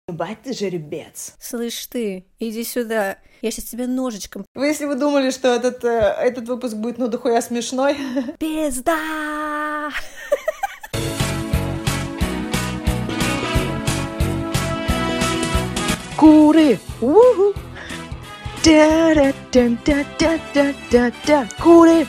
Ебать ты жеребец. Слышь ты, иди сюда. Я сейчас тебя ножичком. Если вы думали, что этот выпуск будет дохуя смешной. Пизда! Куры! Уху! Да-да-да-да-да-да-да! Куры!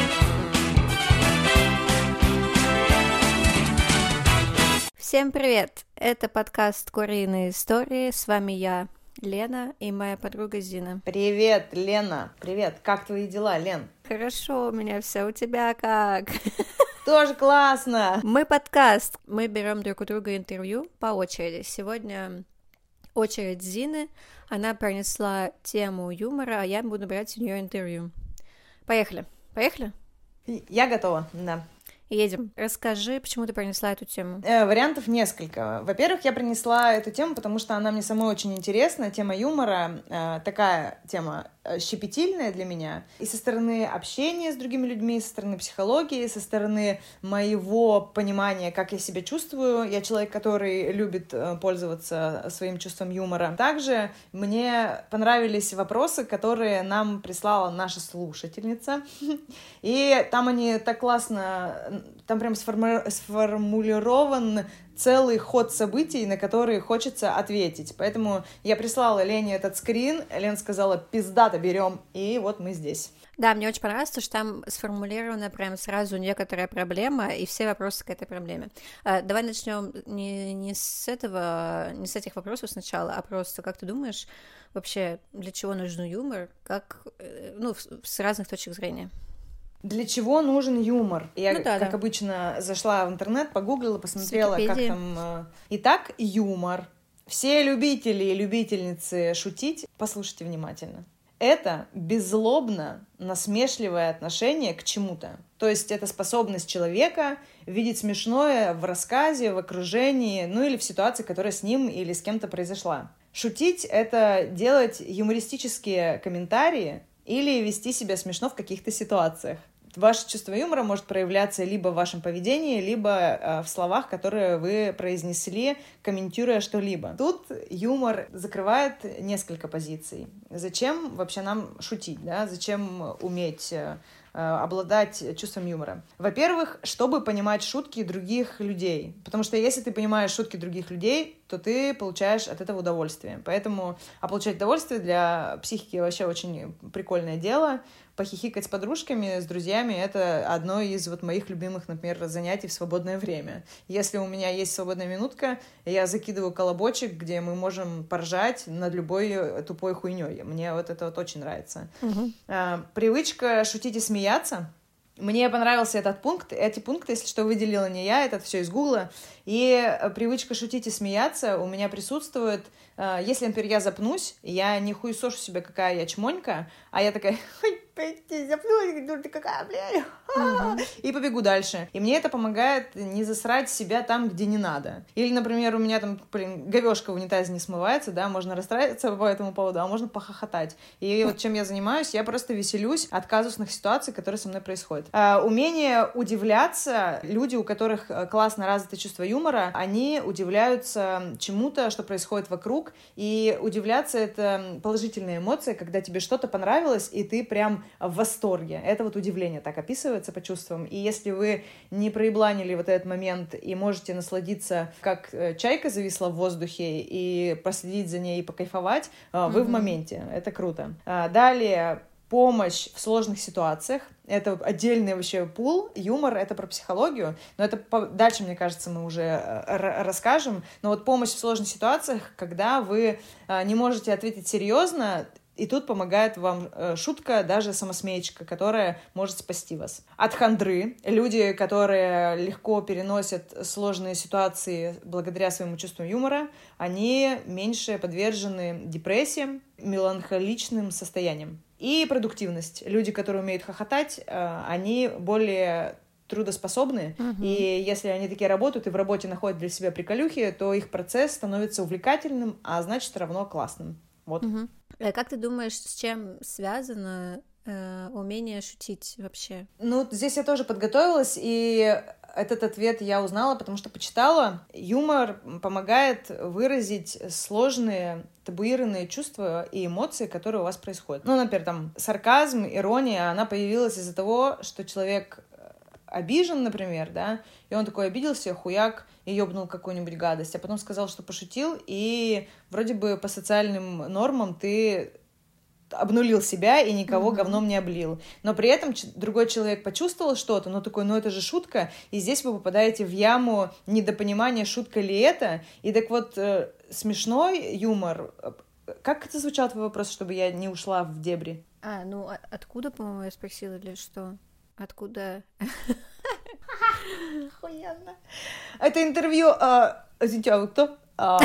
Всем привет! Это подкаст «Куриные истории». С вами я, Лена, и моя подруга Зина. Привет, Лена! Привет! Как твои дела, Лен? Хорошо у меня все, у тебя как? Тоже классно! Мы подкаст. Мы берем друг у друга интервью по очереди. Сегодня очередь Зины. Она принесла тему юмора, а я буду брать у нее интервью. Поехали. Поехали? Я готова, да. Едем. Расскажи, почему ты принесла эту тему. Вариантов несколько. Во-первых, я принесла эту тему, потому что она мне самой очень интересна. Тема юмора, такая тема щепетильная для меня. И со стороны общения с другими людьми, со стороны психологии, со стороны моего понимания, как я себя чувствую. Я человек, который любит пользоваться своим чувством юмора. Также мне понравились вопросы, которые нам прислала наша слушательница. И там они так классно... Там прям сформулирован целый ход событий, на которые хочется ответить. Поэтому я прислала Лене этот скрин, Лена сказала: пиздато берем, и вот мы здесь. Да, мне очень понравилось, что там сформулирована прям сразу некоторая проблема и все вопросы к этой проблеме. Давай начнем не с этих вопросов сначала, а просто как ты думаешь, вообще для чего нужен юмор, с разных точек зрения? Для чего нужен юмор? Я, как обычно, зашла в интернет, погуглила, посмотрела, как там... Итак, юмор. Все любители и любительницы шутить, послушайте внимательно. Это беззлобно насмешливое отношение к чему-то. То есть это способность человека видеть смешное в рассказе, в окружении, или в ситуации, которая с ним или с кем-то произошла. Шутить — это делать юмористические комментарии или вести себя смешно в каких-то ситуациях. Ваше чувство юмора может проявляться либо в вашем поведении, либо в словах, которые вы произнесли, комментируя что-либо. Тут юмор закрывает несколько позиций. Зачем вообще нам шутить, да? Зачем уметь обладать чувством юмора? Во-первых, чтобы понимать шутки других людей. Потому что если ты понимаешь шутки других людей, то ты получаешь от этого удовольствие. Поэтому получать удовольствие для психики вообще очень прикольное дело. Похихикать с подружками, с друзьями — это одно из моих любимых, например, занятий в свободное время. Если у меня есть свободная минутка, я закидываю колобочек, где мы можем поржать над любой тупой хуйней. Мне это очень нравится. Привычка шутить и смеяться. Мне понравился этот пункт. Эти пункты, если что, выделила не я, это все из Гугла. И привычка шутить и смеяться у меня присутствует. Если, например, я запнусь, я не хуесошу себя, какая я чмонька, а я такая: запнулась, ты какая, блядь. И побегу дальше. И мне это помогает не засрать себя там, где не надо. Или, например, у меня там, говёшка в унитазе не смывается, да, можно расстраиваться по этому поводу, а можно похохотать. И вот чем я занимаюсь, я просто веселюсь от казусных ситуаций, которые со мной происходят. Умение удивляться. Люди, у которых классно развито чувство юмора, они удивляются чему-то, что происходит вокруг. И удивляться — это положительная эмоция, когда тебе что-то понравилось, и ты прям в восторге. Это удивление так описывается по чувствам. И если вы не проебланили этот момент и можете насладиться, как чайка зависла в воздухе, и проследить за ней и покайфовать, вы в моменте. Это круто. Далее, помощь в сложных ситуациях. Это отдельный вообще пул. Юмор — это про психологию, но это дальше, мне кажется, мы уже расскажем. Но помощь в сложных ситуациях, когда вы не можете ответить серьезно, и тут помогает вам шутка, даже самосмеечка, которая может спасти вас. От хандры. Люди, которые легко переносят сложные ситуации благодаря своему чувству юмора, они меньше подвержены депрессиям, меланхоличным состояниям. И продуктивность. Люди, которые умеют хохотать, они более трудоспособны, и если они такие работают и в работе находят для себя приколюхи, то их процесс становится увлекательным, а значит, равно классным. Вот. Как ты думаешь, с чем связано умение шутить вообще? Здесь я тоже подготовилась, и Этот ответ я узнала, потому что почитала. Юмор помогает выразить сложные, табуированные чувства и эмоции, которые у вас происходят. Ну, например, там, сарказм, ирония, она появилась из-за того, что человек обижен, например, да, и он такой обиделся, хуяк, и ёбнул какую-нибудь гадость, а потом сказал, что пошутил, и вроде бы по социальным нормам ты обнулил себя и никого говном не облил. Но при этом другой человек почувствовал что-то, но такой, ну это же шутка, и здесь вы попадаете в яму недопонимания, шутка ли это. И так вот, смешной юмор... Как это звучал твой вопрос, чтобы я не ушла в дебри? Ну откуда, по-моему, я спросила, или что? Откуда? Охуенно. Это интервью... Извините, а вы кто?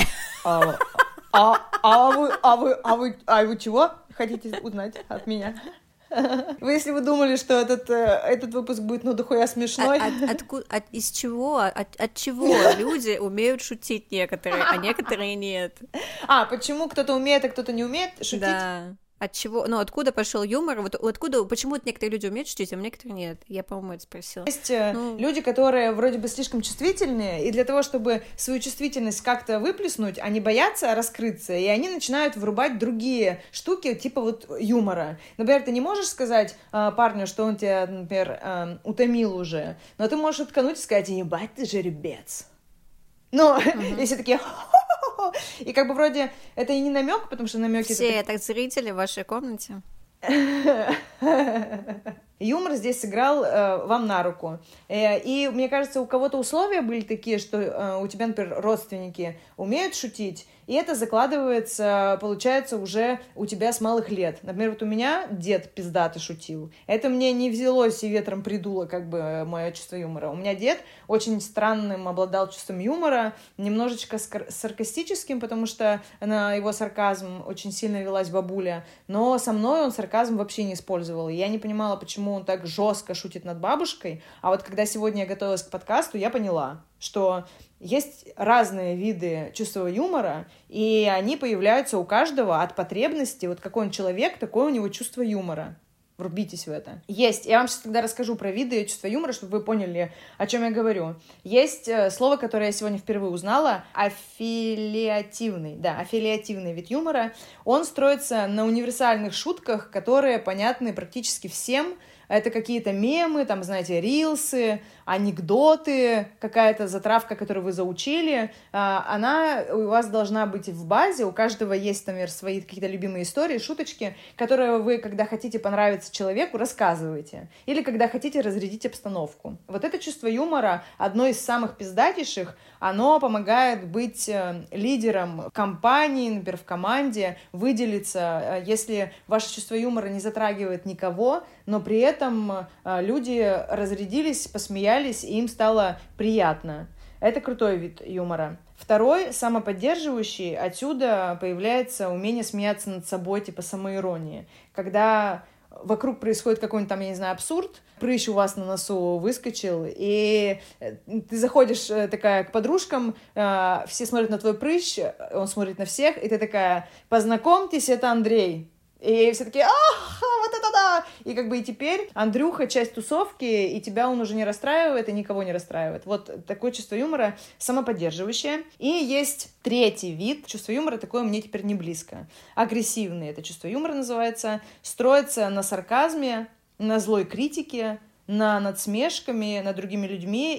Вы чего хотите узнать от меня? Если вы думали, что этот выпуск будет, ну, дохуя смешной. Из чего? От чего люди умеют шутить некоторые, а некоторые нет? Почему кто-то умеет, а кто-то не умеет шутить? Да. От чего? Ну, откуда пошел юмор? Вот откуда, почему некоторые люди умеют шутить, а некоторые нет? Я, по-моему, это спросила. Есть люди, которые вроде бы слишком чувствительные, и для того, чтобы свою чувствительность как-то выплеснуть, они боятся раскрыться, и они начинают врубать другие штуки, типа вот юмора. Например, ты не можешь сказать парню, что он тебя, например, утомил уже, но ты можешь уткнуть и сказать: ебать, ты жеребец. Ну, если такие... И как бы вроде это и не намек, потому что намеки... Все так зрители в вашей комнате. Юмор здесь сыграл вам на руку. И мне кажется, у кого-то условия были такие, что у тебя, например, родственники умеют шутить, и это закладывается, получается, уже у тебя с малых лет. Например, вот у меня дед пиздато шутил. Это мне не взялось и ветром придуло, как бы, мое чувство юмора. У меня дед очень странным обладал чувством юмора, немножечко саркастическим, потому что на его сарказм очень сильно велась бабуля, но со мной он сарказм вообще не использовал. И я не понимала, почему он так жестко шутит над бабушкой. А вот когда сегодня я готовилась к подкасту, я поняла, что есть разные виды чувства юмора, и они появляются у каждого от потребности. Вот какой он человек, такое у него чувство юмора. Врубитесь в это. Есть. Я вам сейчас тогда расскажу про виды чувства юмора, чтобы вы поняли, о чем я говорю. Есть слово, которое я сегодня впервые узнала. Аффилиативный. Да, аффилиативный вид юмора. Он строится на универсальных шутках, которые понятны практически всем. Это какие-то мемы, там, знаете, рилсы, анекдоты, какая-то затравка, которую вы заучили. Она у вас должна быть в базе. У каждого есть, например, свои какие-то любимые истории, шуточки, которые вы, когда хотите понравиться человеку, рассказываете. Или когда хотите разрядить обстановку. Вот это чувство юмора, одно из самых пиздатейших, оно помогает быть лидером компании, например, в команде, выделиться, если ваше чувство юмора не затрагивает никого, но при этом люди разрядились, посмеялись, и им стало приятно. Это крутой вид юмора. Второй, самоподдерживающий, отсюда появляется умение смеяться над собой, типа самоиронии. Когда вокруг происходит какой-нибудь там, я не знаю, абсурд, прыщ у вас на носу выскочил, и ты заходишь такая к подружкам, все смотрят на твой прыщ, он смотрит на всех, и ты такая: познакомьтесь, это Андрей. И все такие: вот это да! И как бы и теперь Андрюха часть тусовки, и тебя он уже не расстраивает, и никого не расстраивает. Вот такое чувство юмора самоподдерживающее. И есть третий вид чувства юмора, такое мне теперь не близко. Агрессивный, это чувство юмора называется. Строится на сарказме, на злой критике, на надсмешками над другими людьми,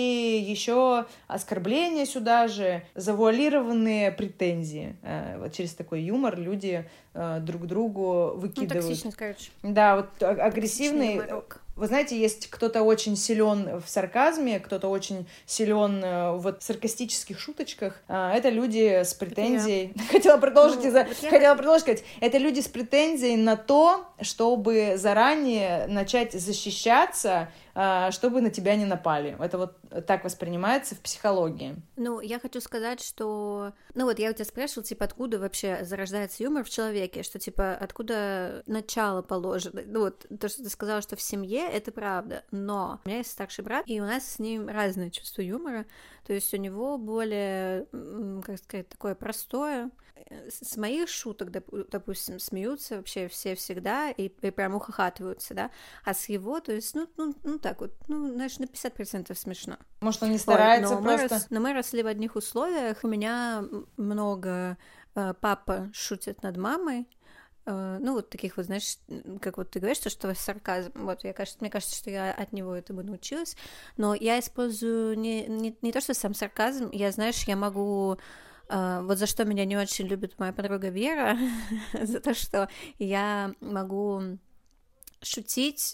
и еще оскорбления сюда же, завуалированные претензии. Вот через такой юмор люди друг другу выкидывают. Ну, токсичность, короче. Да, вот агрессивный. Вы знаете, есть кто-то очень силен в сарказме, кто-то очень силен в саркастических шуточках. Это люди с претензией. Хотела продолжить сказать. Это люди с претензией на то, чтобы заранее начать защищаться, чтобы на тебя не напали. Это вот так воспринимается в психологии. Ну, я хочу сказать, что... Ну, вот я у тебя спрашивала, типа, откуда вообще зарождается юмор в человеке, что, типа, откуда начало положено. Ну, вот то, что ты сказала, что в семье, это правда, но у меня есть старший брат, и у нас с ним разное чувство юмора, то есть у него более, как сказать, такое простое. С моих шуток, допустим, смеются вообще все всегда и прям ухахатываются, да, а с его, то есть, ну так вот, ну, знаешь, на 50% смешно. Может, он не старается просто? Но мы росли в одних условиях. У меня много папа шутит над мамой. Ну, вот таких вот, знаешь, как вот ты говоришь, что сарказм. Вот, мне кажется, что я от него этому научилась. Но я использую не то, что сам сарказм, я могу... Вот за что меня не очень любит моя подруга Вера, за то, что я могу шутить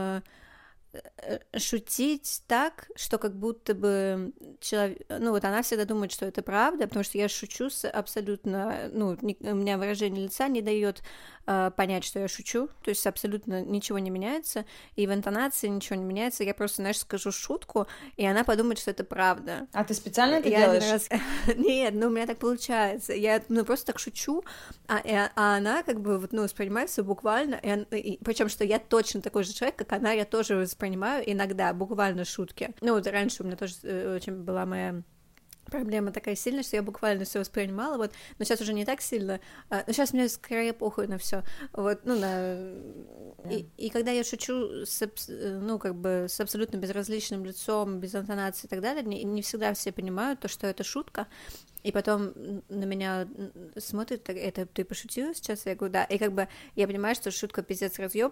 так, что как будто бы человек... Ну, вот она всегда думает, что это правда, потому что я шучу абсолютно... Ну, у меня выражение лица не дает понять, что я шучу, то есть абсолютно ничего не меняется, и в интонации ничего не меняется, я просто, знаешь, скажу шутку, и она подумает, что это правда. А ты специально это делаешь? Нет, ну, у меня так получается, я просто так шучу, а она как бы вот, ну, воспринимает всё буквально, причем что я точно такой же человек, как она, я тоже воспринимаю иногда буквально шутки. Ну, вот раньше у меня тоже очень была моя проблема такая сильная, что я буквально все воспринимала, вот, но сейчас уже не так сильно, но сейчас мне скорее похуй на все, вот, ну, и когда я шучу ну, как бы с абсолютно безразличным лицом, без интонации и так далее, не всегда все понимают то, что это шутка, и потом на меня смотрят, это ты пошутила сейчас? Я говорю, да, и как бы я понимаю, что шутка пиздец разъёб.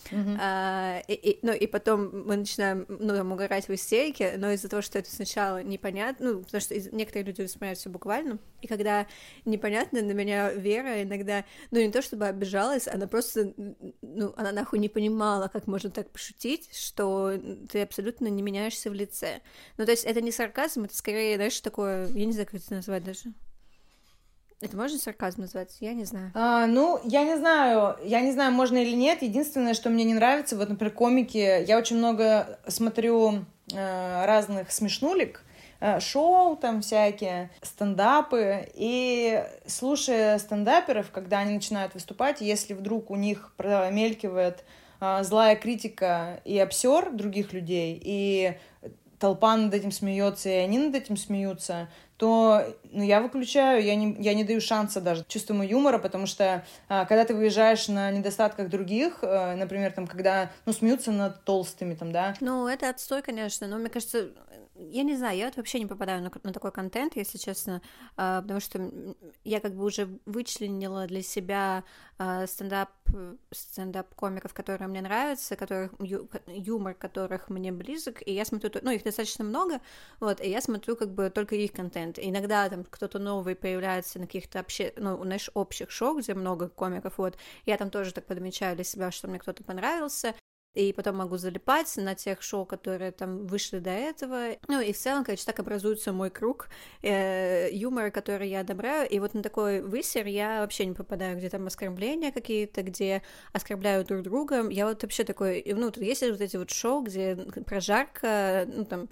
И потом мы начинаем, ну, там, угорать в истерике, но из-за того, что это сначала непонятно, ну, потому что некоторые люди воспринимают все буквально, и когда непонятно, на меня Вера иногда, ну, не то чтобы обижалась, она просто, ну, она нахуй не понимала, как можно так пошутить, что ты абсолютно не меняешься в лице. Ну, то есть это не сарказм, это скорее, знаешь, такое, я не знаю, как это назвать даже. Это можно сарказм назвать? Я не знаю. Ну, я не знаю, можно или нет. Единственное, что мне не нравится, вот, например, комики, я очень много смотрю разных смешнулек, шоу там всякие, стендапы, и слушая стендаперов, когда они начинают выступать, если вдруг у них промелькивает злая критика и обсер других людей, и толпа над этим смеется, и они над этим смеются, то я выключаю, я не даю шанса даже чувству юмора, потому что когда ты выезжаешь на недостатках других, например, там, когда, смеются над толстыми, там, да. Ну, это отстой, конечно, но мне кажется, я не знаю, я вот вообще не попадаю на такой контент, если честно, потому что я как бы уже вычленила для себя стендап-комиков, которые мне нравятся, юмор которых мне близок, и я смотрю, их достаточно много, вот, и я смотрю как бы только их контент. Иногда там кто-то новый появляется на каких-то общих шоу, где много комиков, вот, я там тоже так подмечаю для себя, что мне кто-то понравился, и потом могу залипать на тех шоу, которые там вышли до этого. Ну, и в целом, короче, так образуется мой круг юмора, который я одобряю, и вот на такой высер я вообще не попадаю, где там оскорбления какие-то, где оскорбляют друг друга. Я вот вообще такой, тут есть вот эти вот шоу, где прожарка,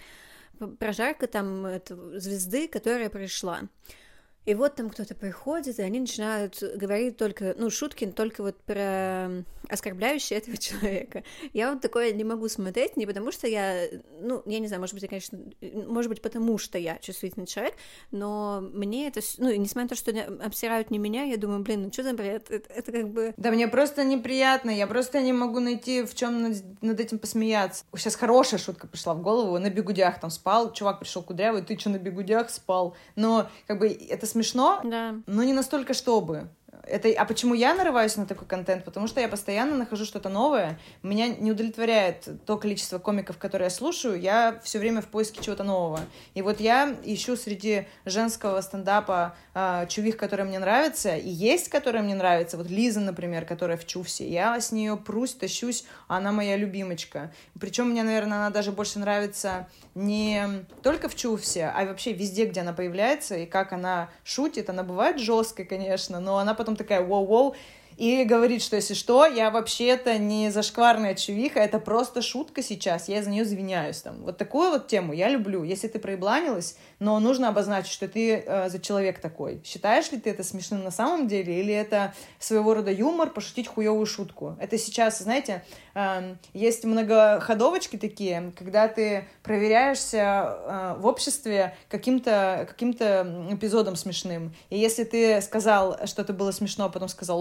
прожарка там звезды, которая пришла. И вот там кто-то приходит, и они начинают говорить только, шутки только вот про оскорбляющие этого человека. Я вот такое не могу смотреть, не потому что я не знаю, может быть, потому что я чувствительный человек, но мне это, несмотря на то, что обсирают не меня, я думаю, что за бред, это как бы... Да мне просто неприятно, я просто не могу найти, в чем над этим посмеяться. Сейчас хорошая шутка пришла в голову, на бигудях там спал, чувак пришел кудрявый, ты что на бигудях спал? Но как бы это смешно, да. Но не настолько, чтобы. А почему я нарываюсь на такой контент? Потому что я постоянно нахожу что-то новое. Меня не удовлетворяет то количество комиков, которые я слушаю. Я все время в поиске чего-то нового. И вот я ищу среди женского стендапа чувих, которые мне нравятся. И есть, которые мне нравятся. Вот Лиза, например, которая в Чувсе. Я с нее прусь, тащусь. Она моя любимочка. Причем мне, наверное, она даже больше нравится не только в Чувсе, а вообще везде, где она появляется. И как она шутит. Она бывает жесткой, конечно, но она потом такая воу-воу, и говорит, что если что, я вообще-то не зашкварная чувиха, это просто шутка сейчас, я за нее извиняюсь. Там. Вот такую вот тему я люблю. Если ты проебланилась, но нужно обозначить, что ты за человек такой. Считаешь ли ты это смешным на самом деле, или это своего рода юмор, пошутить хуевую шутку? Это сейчас, знаете, есть многоходовочки такие, когда ты проверяешься в обществе каким-то эпизодом смешным. И если ты сказал, что это было смешно, а потом сказал лол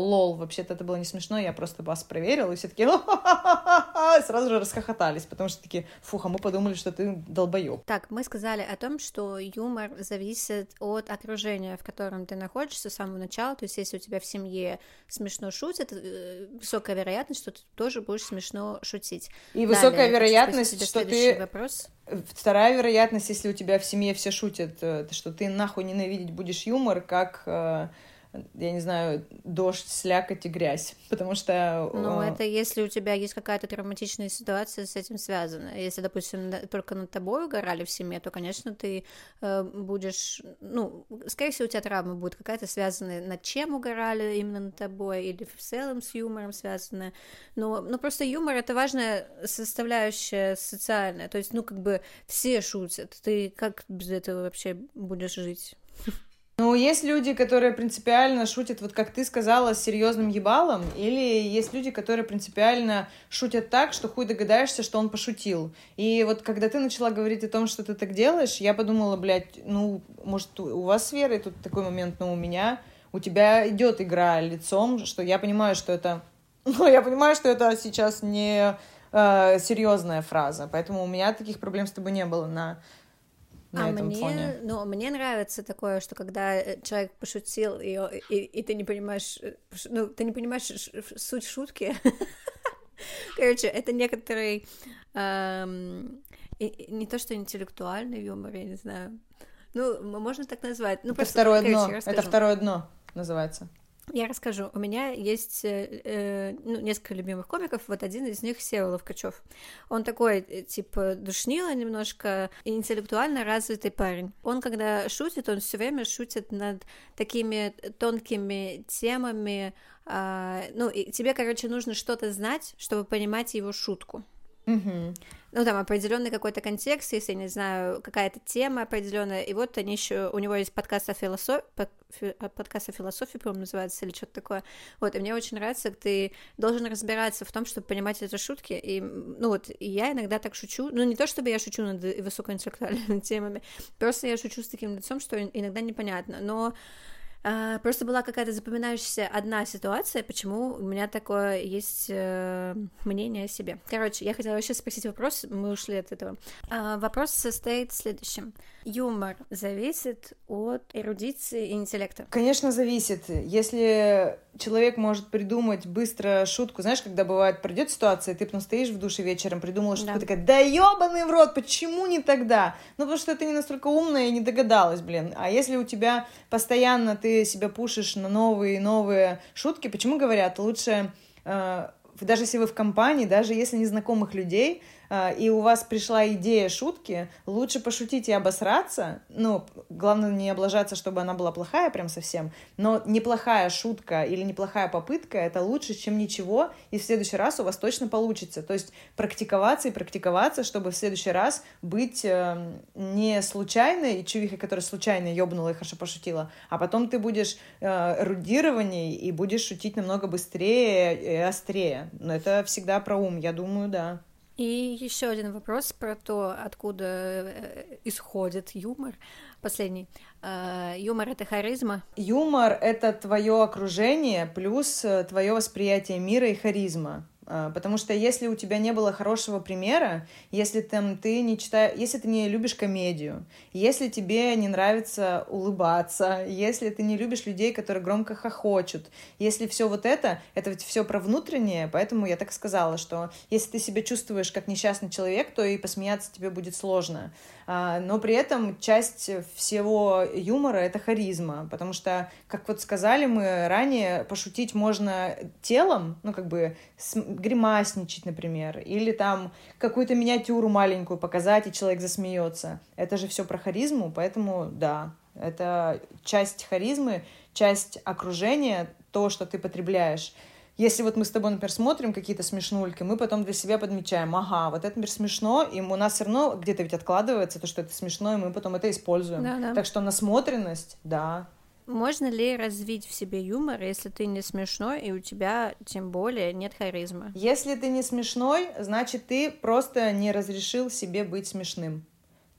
вообще-то это было не смешно, я просто вас проверил, и все такие сразу же расхохотались, потому что такие, фух, а мы подумали, что ты долбоёб. Так, мы сказали о том, что юмор зависит от окружения, в котором ты находишься с самого начала, то есть если у тебя в семье смешно шутят, высокая вероятность, что ты тоже будешь смешно шутить. И высокая вероятность, что ты... Вопрос. Вторая вероятность, если у тебя в семье все шутят, что ты нахуй ненавидеть будешь юмор, как, я не знаю, дождь, слякоть и грязь, потому что... Ну, это если у тебя есть какая-то травматичная ситуация с этим связана. Если, допустим, только над тобой угорали в семье, то, конечно, ты будешь... Ну, скорее всего, у тебя травма будет какая-то связанная, над чем угорали именно над тобой, или в целом с юмором связанная. Но просто юмор — это важная составляющая социальная. То есть, ну, как бы все шутят. Ты как без этого вообще будешь жить? Ну, есть люди, которые принципиально шутят, вот как ты сказала, с серьезным ебалом, или есть люди, которые принципиально шутят так, что хуй догадаешься, что он пошутил. И вот когда ты начала говорить о том, что ты так делаешь, я подумала, блядь, ну, может, у вас с Верой тут такой момент, но у тебя идет игра лицом, что я понимаю, что это... Ну, я понимаю, что это сейчас не серьезная фраза, поэтому у меня таких проблем с тобой не было на этом фоне. Ну, мне нравится такое, что когда человек пошутил, и ты не понимаешь, ну, ты не понимаешь суть шутки. Короче, это некоторый не то что интеллектуальный юмор, я не знаю. Ну, можно так назвать. Ну, это второе дно. Это второе дно называется. Я расскажу. У меня есть несколько любимых комиков. Вот один из них — Сева Ловкачев. Он такой, типа, душнило немножко, интеллектуально развитый парень. Он, когда шутит, он все время шутит над такими тонкими темами. Ну, и тебе, короче, нужно что-то знать, чтобы понимать его шутку. Mm-hmm. Ну, там определенный какой-то контекст, если, я не знаю, какая-то тема определенная, и вот они еще, у него есть подкаст о философии, по-моему, называется, или что-то такое, вот, и мне очень нравится, как ты должен разбираться в том, чтобы понимать эти шутки, и, ну, вот, и я иногда так шучу, ну, не то, чтобы я шучу над высокоинтеллектуальными темами, просто я шучу с таким лицом, что иногда непонятно, но просто была какая-то запоминающаяся одна ситуация, почему у меня такое есть мнение о себе. Короче, я хотела вообще спросить вопрос, мы ушли от этого. Вопрос состоит в следующем. Юмор зависит от эрудиции и интеллекта? Конечно, зависит. Если человек может придумать быстро шутку, знаешь, когда бывает, придет ситуация, ты потом стоишь в душе вечером, придумала шутку, да. Такая, да ёбаный в рот, почему не тогда? Ну, потому что ты не настолько умная и не догадалась, блин. А если у тебя постоянно ты себя пушишь на новые и новые шутки, почему говорят, лучше, даже если вы в компании, даже если незнакомых людей, и у вас пришла идея шутки, лучше пошутить и обосраться, ну, главное не облажаться, чтобы она была плохая прям совсем, но неплохая шутка или неплохая попытка — это лучше, чем ничего, и в следующий раз у вас точно получится, то есть практиковаться и практиковаться, чтобы в следующий раз быть не случайной чувихой, которая случайно ёбнула и хорошо пошутила, а потом ты будешь эрудированней и будешь шутить намного быстрее и острее, но это всегда про ум, я думаю, да. И еще один вопрос про то, откуда исходит юмор. Последний. Юмор — это харизма? Юмор — это твое окружение плюс твое восприятие мира и харизма. Потому что если у тебя не было хорошего примера, если ты не любишь комедию, если тебе не нравится улыбаться, если ты не любишь людей, которые громко хохочут, если все вот это ведь все про внутреннее, поэтому я так сказала, что если ты себя чувствуешь как несчастный человек, то и посмеяться тебе будет сложно. Но при этом часть всего юмора — это харизма, потому что, как вот сказали мы ранее, пошутить можно телом, ну, как бы гримасничать, например, или там какую-то миниатюру маленькую показать, и человек засмеется. Это же все про харизму, поэтому да, это часть харизмы, часть окружения, то, что ты потребляешь. Если вот мы с тобой, например, смотрим какие-то смешнульки, мы потом для себя подмечаем, ага, вот это, например, смешно, и у нас все равно где-то ведь откладывается то, что это смешно, и мы потом это используем. Да. Так что насмотренность, да. Можно ли развить в себе юмор, если ты не смешной, и у тебя, тем более, нет харизмы? Если ты не смешной, значит, ты просто не разрешил себе быть смешным.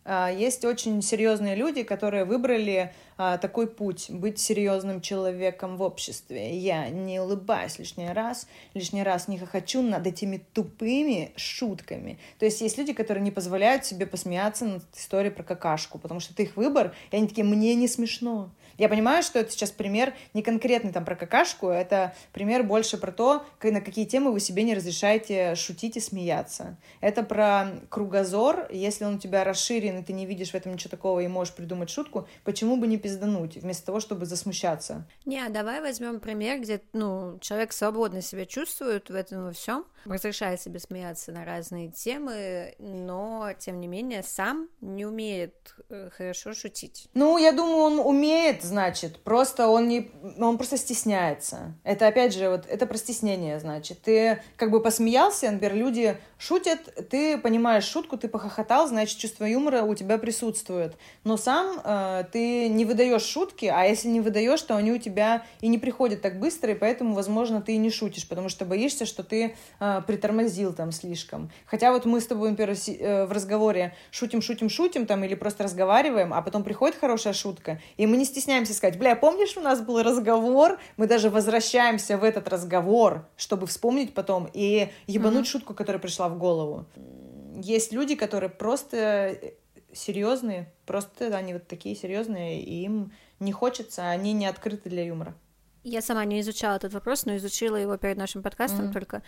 есть очень серьезные люди, которые выбрали такой путь, быть серьезным человеком в обществе. Я не улыбаюсь лишний раз не хохочу над этими тупыми шутками. То есть есть люди, которые не позволяют себе посмеяться над историей про какашку, потому что это их выбор, и они такие: мне не смешно. Я понимаю, что это сейчас пример не конкретный там про какашку, это пример больше про то, на какие темы вы себе не разрешаете шутить и смеяться. Это про кругозор. Если он у тебя расширен, и ты не видишь в этом ничего такого и можешь придумать шутку, почему бы не пиздануть, вместо того, чтобы засмущаться? Не, давай возьмем пример, где человек свободно себя чувствует в этом во всем, разрешает себе смеяться на разные темы, но, тем не менее, сам не умеет хорошо шутить. Я думаю, он умеет, значит, просто он просто стесняется. Это, опять же, это про стеснение, значит. Ты как бы посмеялся, например, люди шутят, ты понимаешь шутку, ты похохотал, значит, чувство юмора у тебя присутствует. Но сам ты не выдаешь шутки, а если не выдаешь, то они у тебя и не приходят так быстро, и поэтому, возможно, ты и не шутишь, потому что боишься, что ты притормозил там слишком. Хотя вот мы с тобой, например, в разговоре шутим там, или просто разговариваем, а потом приходит хорошая шутка, и мы не стесняемся сказать: бля, помнишь, у нас был разговор? Мы даже возвращаемся в этот разговор, чтобы вспомнить потом и ебануть шутку, которая пришла в голову. Есть люди, которые просто серьезные, просто они вот такие серьезные, и им не хочется, они не открыты для юмора. Я сама не изучала этот вопрос, но изучила его перед нашим подкастом только.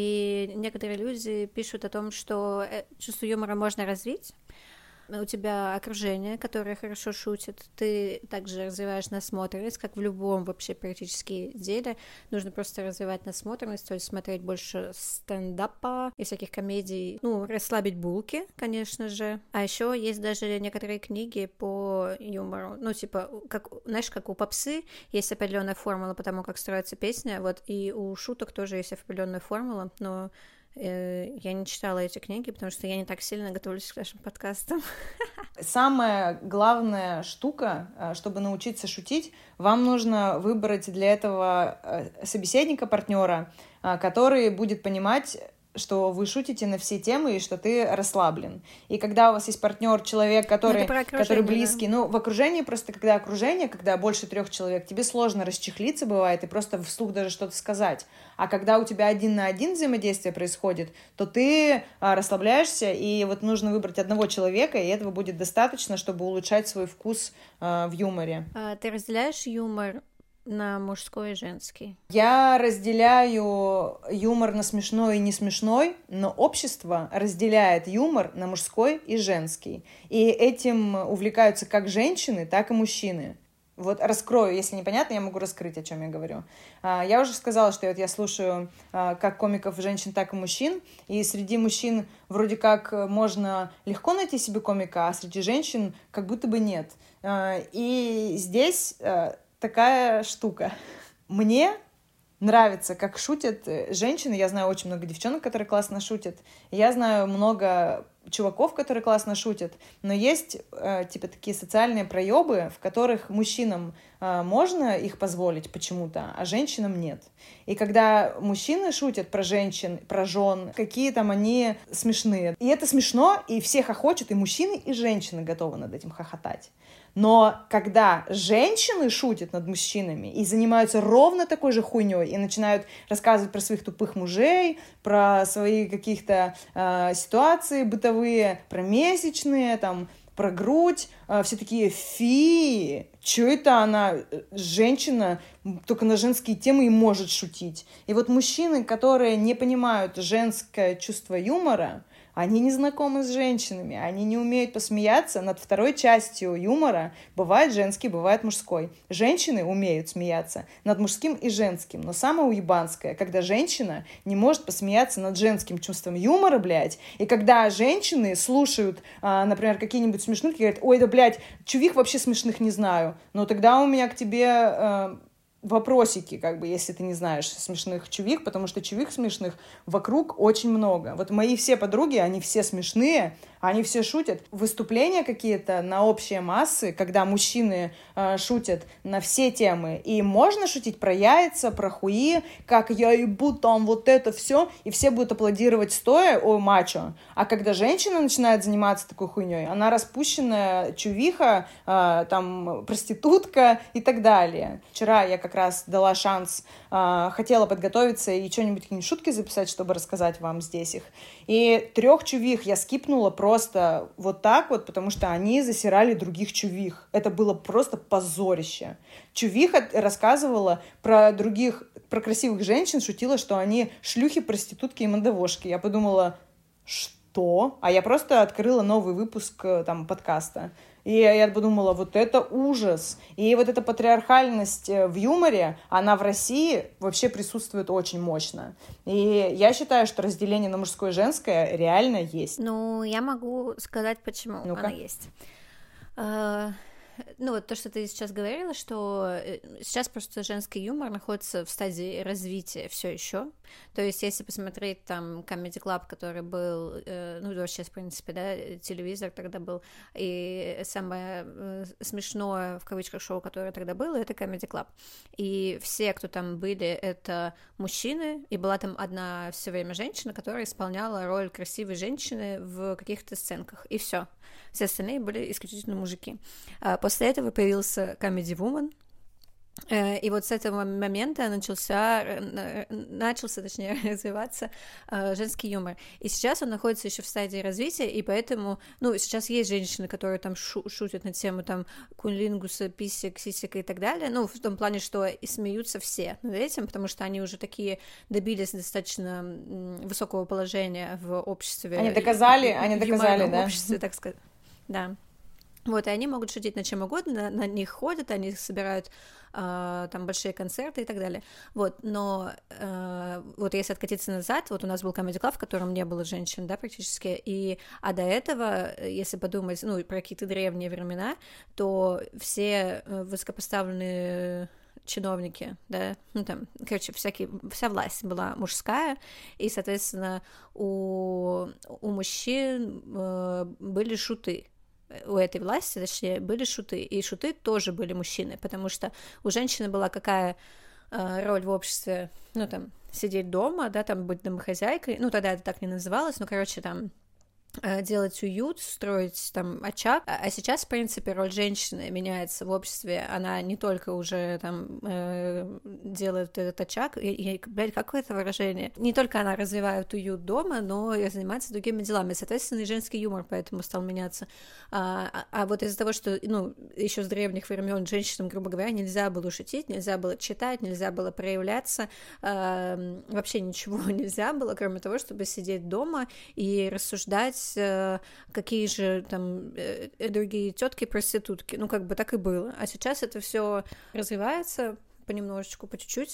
И некоторые люди пишут о том, что чувство юмора можно развить. У тебя окружение, которое хорошо шутит, ты также развиваешь насмотренность, как в любом вообще практически деле. Нужно просто развивать насмотренность, то есть смотреть больше стендапа и всяких комедий, расслабить булки, конечно же. А еще есть даже некоторые книги по юмору, как у попсы есть определенная формула по тому, как строится песня, вот, и у шуток тоже есть определенная формула, но я не читала эти книги, потому что я не так сильно готовлюсь к нашим подкастам. Самая главная штука, чтобы научиться шутить, вам нужно выбрать для этого собеседника, партнера, который будет понимать, что вы шутите на все темы и что ты расслаблен. И когда у вас есть партнер, человек, который близкий, да. В окружении просто, когда больше 3 человек, тебе сложно расчехлиться бывает и просто вслух даже что-то сказать. А когда у тебя 1 на 1 взаимодействие происходит, то ты расслабляешься, и вот нужно выбрать одного человека, и этого будет достаточно, чтобы улучшать свой вкус в юморе. Ты разделяешь юмор на мужской и женский? Я разделяю юмор на смешной и не смешной, но общество разделяет юмор на мужской и женский. И этим увлекаются как женщины, так и мужчины. Вот раскрою, если непонятно, я могу раскрыть, о чем я говорю. Я уже сказала, что я слушаю как комиков женщин, так и мужчин, и среди мужчин вроде как можно легко найти себе комика, а среди женщин как будто бы нет. И здесь такая штука. Мне нравится, как шутят женщины. Я знаю очень много девчонок, которые классно шутят. Я знаю много чуваков, которые классно шутят. Но есть такие социальные проебы, в которых мужчинам можно их позволить почему-то, а женщинам нет. И когда мужчины шутят про женщин, про жен, какие там они смешные. И это смешно, и все хохочут, и мужчины, и женщины готовы над этим хохотать. Но когда женщины шутят над мужчинами и занимаются ровно такой же хуйней и начинают рассказывать про своих тупых мужей, про свои каких-то ситуации бытовые, про месячные, там, про грудь, все такие: фи, что это она, женщина, только на женские темы и может шутить. И вот мужчины, которые не понимают женское чувство юмора, они не знакомы с женщинами, они не умеют посмеяться над второй частью юмора. Бывает женский, бывает мужской. Женщины умеют смеяться над мужским и женским, но самое уебанское, когда женщина не может посмеяться над женским чувством юмора, блядь, и когда женщины слушают, например, какие-нибудь смешнутки и говорят: ой, да, блядь, чувих вообще смешных не знаю, но тогда у меня к тебе вопросики, как бы, если ты не знаешь смешных чувих, потому что чувих смешных вокруг очень много. Вот мои все подруги, они все смешные, они все шутят. Выступления какие-то на общие массы, когда мужчины шутят на все темы. И можно шутить про яйца, про хуи, как я ебу там вот это все, и все будут аплодировать стоя, о, мачо. А когда женщина начинает заниматься такой хуйней, она распущенная чувиха, там, проститутка и так далее. Вчера я как раз дала шанс, хотела подготовиться и что-нибудь, какие-нибудь шутки записать, чтобы рассказать вам здесь их. И 3 чувих я скипнула просто вот так вот, потому что они засирали других чувих. Это было просто позорище. Чувиха рассказывала про других, про красивых женщин, шутила, что они шлюхи, проститутки и мандавошки. Я подумала, что? А я просто открыла новый выпуск там подкаста. И я подумала, вот это ужас. И вот эта патриархальность в юморе, она в России вообще присутствует очень мощно. И я считаю, что разделение на мужское и женское реально есть. Ну, я могу сказать, почему Ну-ка. она есть. Ну, вот то, что ты сейчас говорила, что сейчас просто женский юмор находится в стадии развития все еще. То есть, если посмотреть там Comedy Club, который был, ну, вообще, в принципе, да, телевизор тогда был, и самое смешное, в кавычках, шоу, которое тогда было, это Comedy Club. И все, кто там были, это мужчины, и была там одна все время женщина, которая исполняла роль красивой женщины в каких-то сценках, и все остальные были исключительно мужики. После этого появился Comedy Woman, и вот с этого момента начался, точнее, развиваться женский юмор. И сейчас он находится еще в стадии развития, и поэтому, ну, сейчас есть женщины, которые там шутят на тему там кунилингуса, писек, сисек и так далее, ну, в том плане, что и смеются все над этим, потому что они уже такие добились достаточно высокого положения в обществе. Они доказали, да? В обществе, так сказать. Да. Вот, и они могут шутить на чем угодно, на них ходят, они собирают там большие концерты и так далее. Вот, но вот если откатиться назад, вот у нас был Comedy Club, в котором не было женщин, да, практически, а до этого, если подумать, ну, про какие-то древние времена, то все высокопоставленные чиновники, да, ну там, короче, вся власть была мужская, и, соответственно, у мужчин были шуты. У этой власти, точнее, были шуты, и шуты тоже были мужчины, потому что у женщины была какая роль в обществе, ну, там, сидеть дома, да, там, быть домохозяйкой, ну, тогда это так не называлось, ну, короче, там, делать уют, строить там очаг, а сейчас, в принципе, роль женщины меняется в обществе, она не только уже там делает этот очаг, блядь, какое это выражение, не только она развивает уют дома, но и занимается другими делами, соответственно, и женский юмор поэтому стал меняться, а вот из-за того, что, ну, еще с древних времен женщинам, грубо говоря, нельзя было шутить, нельзя было читать, нельзя было проявляться, вообще ничего нельзя было, кроме того, чтобы сидеть дома и рассуждать, какие же там другие тетки проститутки, ну как бы так и было, а сейчас это все развивается понемножечку, по чуть-чуть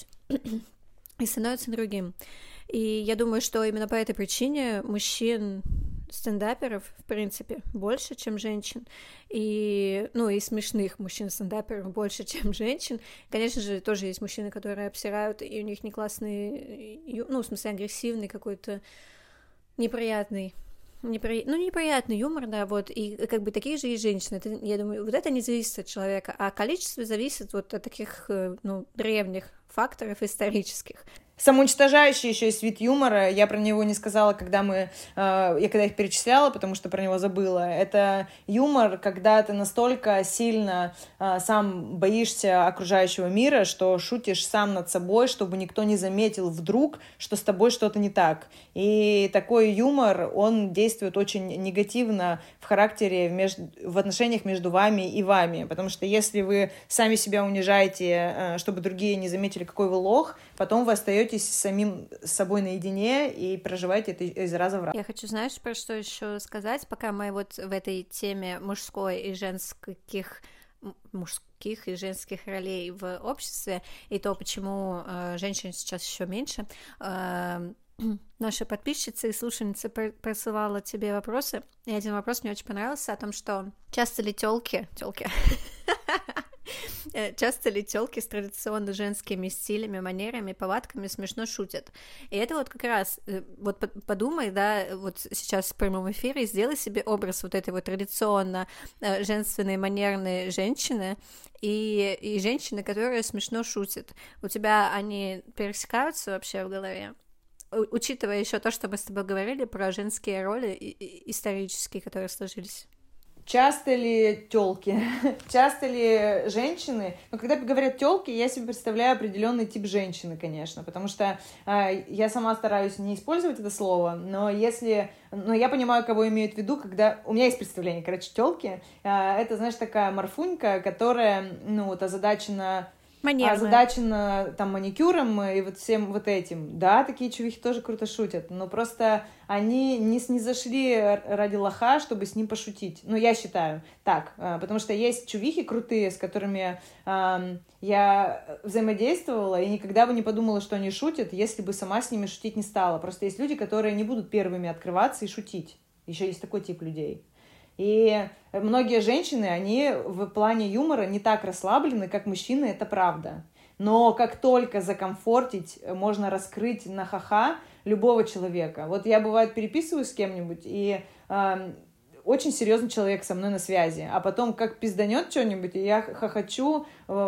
и становится другим, и я думаю, что именно по этой причине мужчин стендаперов, в принципе, больше, чем женщин, и, ну, и смешных мужчин-стендаперов больше, чем женщин. Конечно же, тоже есть мужчины, которые обсирают, и у них не классный, ну, в смысле, агрессивный какой-то неприятный юмор, да, вот, и как бы такие же и женщины, это, я думаю, вот это не зависит от человека, а количество зависит вот от таких, ну, древних факторов исторических. Самоуничтожающий еще есть вид юмора, я про него не сказала, когда я их перечисляла, потому что про него забыла. Это юмор, когда ты настолько сильно сам боишься окружающего мира, что шутишь сам над собой, чтобы никто не заметил вдруг, что с тобой что-то не так. И такой юмор, он действует очень негативно в характере, в отношениях между вами и вами, потому что если вы сами себя унижаете, чтобы другие не заметили, какой вы лох, потом вы остаетесь с самим собой наедине и проживаете это из раза в раз. Я хочу, знаешь, про что еще сказать, пока мы вот в этой теме мужской и женских ролей в обществе, и то, почему женщин сейчас еще меньше. Наша подписчица и слушательница присылала тебе вопросы, и один вопрос мне очень понравился о том, что часто ли тёлки Часто ли тёлки с традиционно женскими стилями, манерами, повадками смешно шутят? И это вот как раз, вот подумай, да, вот сейчас в прямом эфире сделай себе образ вот этой вот традиционно женственной, манерной женщины и женщины, которые смешно шутят. У тебя они пересекаются вообще в голове? Учитывая еще то, что мы с тобой говорили про женские роли исторические, которые сложились. Часто ли тёлки, часто ли женщины, но когда говорят тёлки, я себе представляю определенный тип женщины, конечно, потому что я сама стараюсь не использовать это слово, но я понимаю, кого имеют в виду, когда у меня есть представление, короче, тёлки, это, знаешь, такая морфунька, которая, вот озадачена там маникюром и вот всем вот этим. Да, такие чувихи тоже круто шутят, но просто они не снизошли ради лоха, чтобы с ним пошутить. Я считаю так, потому что есть чувихи крутые, с которыми я взаимодействовала, и никогда бы не подумала, что они шутят, если бы сама с ними шутить не стала. Просто есть люди, которые не будут первыми открываться и шутить. Еще есть такой тип людей. И многие женщины, они в плане юмора не так расслаблены, как мужчины, это правда. Но как только закомфортить, можно раскрыть на ха-ха любого человека. Вот я, бывает, переписываюсь с кем-нибудь, и очень серьезный человек со мной на связи, а потом как пизданет что-нибудь, и я хохочу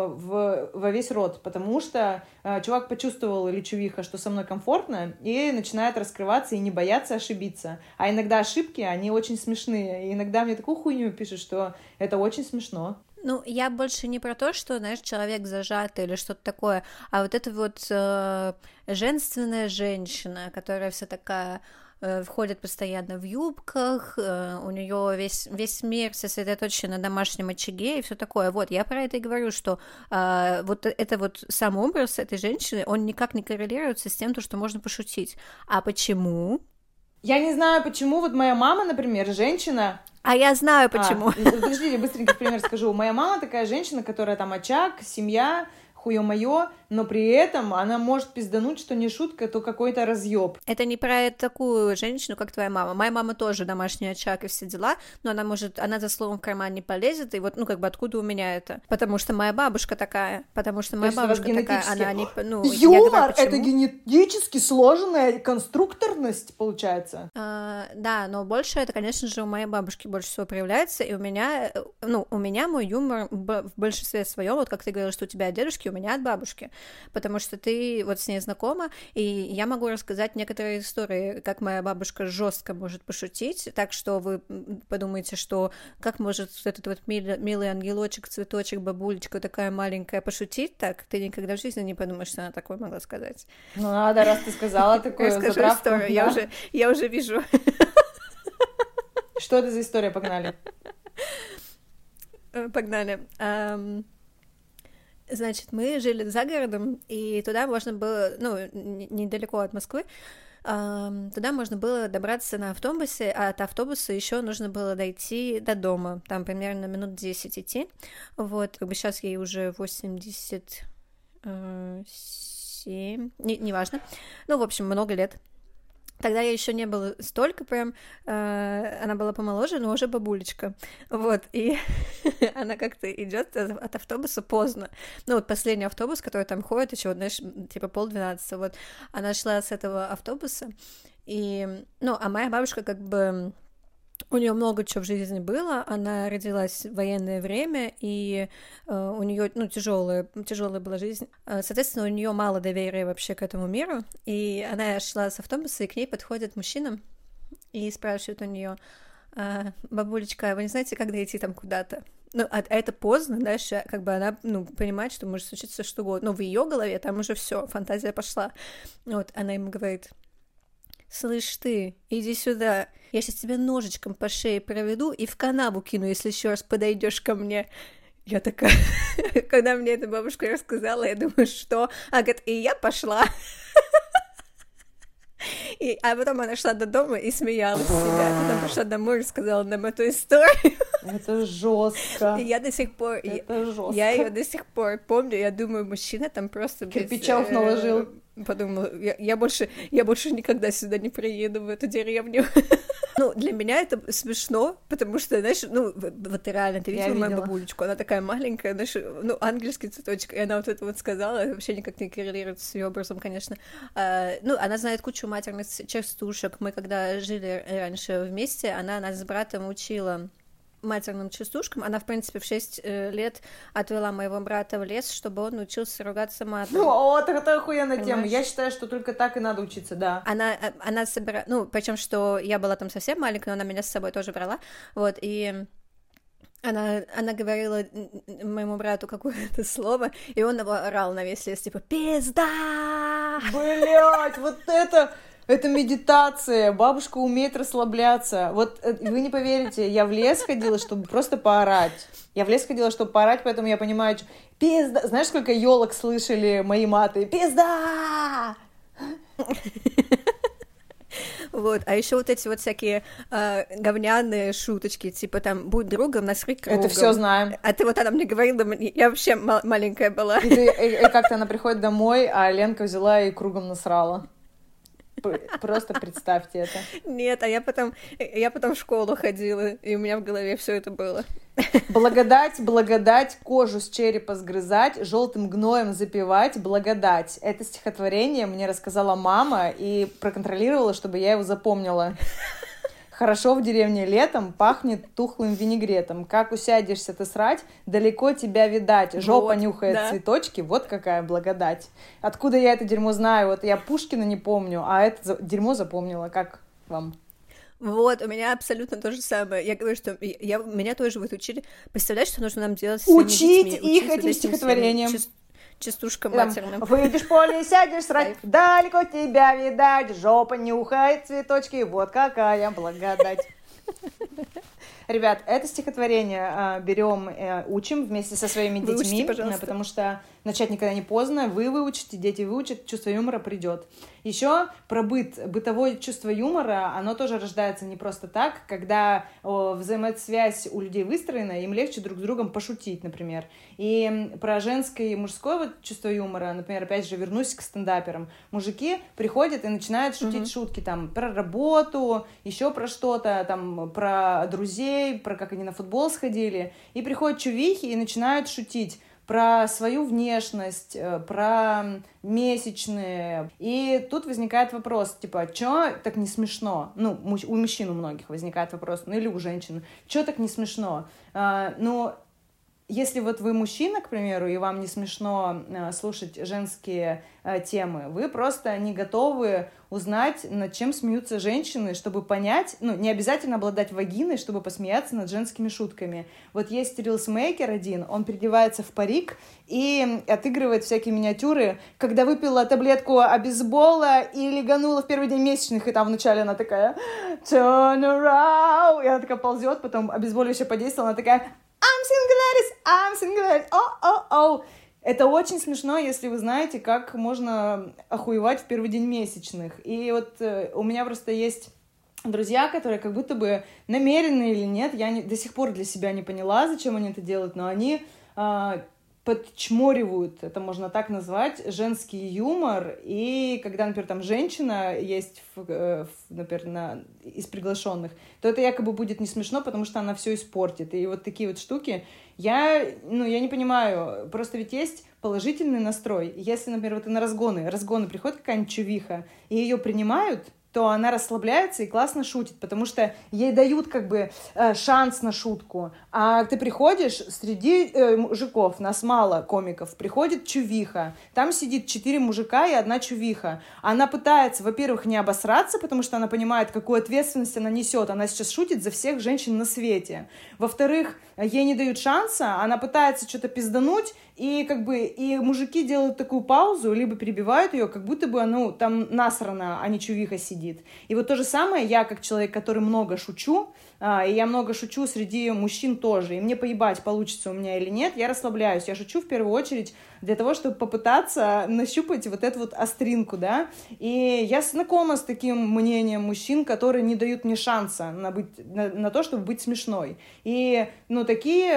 во весь рот, потому что чувак почувствовал, или чувиха, что со мной комфортно, и начинает раскрываться и не бояться ошибиться. А иногда ошибки, они очень смешные, и иногда мне такую хуйню пишут, что это очень смешно. Я больше не про то, что, знаешь, человек зажатый или что-то такое, а вот эта вот женственная женщина, которая вся такая входит постоянно в юбках, у нее весь мир сосредоточен на домашнем очаге и все такое. Вот, я про это и говорю, что вот это вот сам образ этой женщины, он никак не коррелируется с тем, что можно пошутить. А почему? Я не знаю, почему. Вот моя мама, например, женщина... А я знаю, почему. Подождите, быстренько пример скажу. Моя мама такая женщина, которая там очаг, семья... хуё-моё, но при этом она может пиздануть, что не шутка, то какой-то разъёб. Это не про такую женщину, как твоя мама. Моя мама тоже домашний очаг и все дела, но она за словом в карман не полезет, и вот, откуда у меня это? Потому что моя бабушка такая, она не... Юмор — это генетически сложная конструкторность, получается. Да, но больше это, конечно же, у моей бабушки больше всего проявляется, и у меня мой юмор в большинстве своем, вот как ты говорила, что у тебя от дедушки, у меня от бабушки, потому что ты вот с ней знакома, и я могу рассказать некоторые истории, как моя бабушка жестко может пошутить, так что вы подумаете, что как может этот вот милый ангелочек, цветочек, бабулечка такая маленькая пошутить так, ты никогда в жизни не подумаешь, что она такое могла сказать. Надо, раз ты сказала такую затравку. Расскажу историю, да. я уже вижу. Что это за история? Погнали. Погнали. Значит, мы жили за городом, и туда можно было, недалеко от Москвы, туда можно было добраться на автобусе, а от автобуса еще нужно было дойти до дома, там примерно минут 10 идти, вот, сейчас ей уже 87, неважно, в общем, много лет. Тогда я еще не было столько прям, она была помоложе, но уже бабулечка, вот, и она как-то идет от автобуса поздно, последний автобус, который там ходит, еще, знаешь, типа 11:30, вот, она шла с этого автобуса, и, а моя бабушка как бы... У нее много чего в жизни было, она родилась в военное время, и у нее тяжелая была жизнь. Соответственно, у нее мало доверия вообще к этому миру, и она шла с автобуса, и к ней подходит мужчина и спрашивает у нее: бабулечка, вы не знаете, как дойти там куда-то? А это поздно, дальше как бы она, понимает, что может случиться что угодно, но в ее голове там уже все, фантазия пошла. Вот, она ему говорит: слышь ты, иди сюда, я сейчас тебя ножичком по шее проведу и в канаву кину, если еще раз подойдешь ко мне. Я такая, когда мне эта бабушка рассказала, я думаю, что? А говорит, и я пошла. А потом она шла до дома и смеялась себя. Потом пришла домой и рассказала нам эту историю. Это жестко. И я до сих пор... Я ее до сих пор помню. Я думаю, мужчина там просто... Кирпичов наложил. Подумала, я больше никогда сюда не приеду, в эту деревню. Ну, для меня это смешно, потому что, знаешь, ну, вот реально, ты видела мою бабулечку, она такая маленькая, знаешь, ну, ангельский цветочек, и она вот это вот сказала, вообще никак не коррелирует с ее образом, конечно. Ну, она знает кучу матерных частушек, мы когда жили раньше вместе, она нас с братом учила матерным частушкам. Она, в принципе, в 6 лет отвела моего брата в лес, чтобы он учился ругаться матом. Ну, вот это охуенная тема. Я считаю, что только так и надо учиться, да. Она собирала... Ну, причем что я была там совсем маленькая, но она меня с собой тоже брала. Вот, и... Она говорила моему брату какое-то слово, и он его орал на весь лес, типа «Пизда!» Блять, вот это медитация, бабушка умеет расслабляться. Вот вы не поверите, я в лес ходила, чтобы просто поорать. Поэтому я понимаю, что пизда. Знаешь, сколько елок слышали мои маты? Пизда! Вот, а еще вот эти вот всякие говняные шуточки, типа там «будь другом, насри кругом». Это все знаем. А ты вот она мне говорила, я вообще маленькая была. И как-то она приходит домой, а Ленка взяла и кругом насрала. Просто представьте это. Нет, а я потом в школу ходила, и у меня в голове все это было. Благодать, кожу с черепа сгрызать, желтым гноем запивать, благодать. Это стихотворение мне рассказала мама и проконтролировала, чтобы я его запомнила. Хорошо в деревне летом, пахнет тухлым винегретом. Как усядешься ты срать, далеко тебя видать. Жопа вот, нюхает да. Цветочки, вот какая благодать. Откуда я это дерьмо знаю? Вот я Пушкина не помню, а это дерьмо запомнила. Как вам? Вот, у меня абсолютно то же самое. Я говорю, что меня тоже вот учили. Представляешь, что нужно нам делать с своими детьми? Учить их этим стихотворением. Частушка матерным. Выйдешь в поле, сядешь срать, далеко тебя видать, жопа нюхает цветочки, вот какая благодать. Ребят, это стихотворение берем, учим вместе со своими детьми, потому что начать никогда не поздно. Вы выучите, дети выучат, чувство юмора придет. Еще про бытовое чувство юмора, оно тоже рождается не просто так. Когда взаимосвязь у людей выстроена, им легче друг с другом пошутить, например. И про женское и мужское вот чувство юмора, например, опять же, вернусь к стендаперам. Мужики приходят и начинают шутить шутки там про работу, еще про что-то, там про друзей, про как они на футбол сходили. И приходят чувихи и начинают шутить про свою внешность, про месячные. И тут возникает вопрос, типа, чё так не смешно? Ну, у мужчин у многих возникает вопрос, ну или у женщин. Чё так не смешно? Ну, если вот вы мужчина, к примеру, и вам не смешно слушать женские темы, вы просто не готовы узнать, над чем смеются женщины, чтобы понять, ну, не обязательно обладать вагиной, чтобы посмеяться над женскими шутками. Вот есть рилсмейкер один, он переодевается в парик и отыгрывает всякие миниатюры, когда выпила таблетку обезбола и леганула в первый день месячных, и там вначале она такая turn around, и она такая ползет, потом обезболивающее подействовало, она такая I'm single, oh. Это очень смешно, если вы знаете, как можно охуевать в первый день месячных. И вот у меня просто есть друзья, которые как будто бы намеренно или нет, я до сих пор для себя не поняла, зачем они это делают, но они подчморивают, это можно так назвать, женский юмор. И когда, например, там женщина есть, например, из приглашенных, то это якобы будет не смешно, потому что она все испортит. И вот такие вот штуки я не понимаю. Просто ведь есть положительный настрой. Если, например, вот и на разгоны приходит какая-нибудь чувиха, и ее принимают, то она расслабляется и классно шутит, потому что ей дают как бы шанс на шутку. А ты приходишь, среди мужиков, нас мало комиков, приходит чувиха, там сидит 4 мужика и 1 чувиха. Она пытается, во-первых, не обосраться, потому что она понимает, какую ответственность она несет. Она сейчас шутит за всех женщин на свете. Во-вторых, ей не дают шанса, она пытается что-то пиздануть, и как бы и мужики делают такую паузу, либо перебивают ее, как будто бы там насрано, а не чувиха сидит. И вот то же самое я, как человек, который много шучу, и я много шучу среди мужчин тоже, и мне поебать, получится у меня или нет, я расслабляюсь, я шучу в первую очередь для того, чтобы попытаться нащупать вот эту вот остринку, да, и я знакома с таким мнением мужчин, которые не дают мне шанса на то, чтобы быть смешной, и, такие,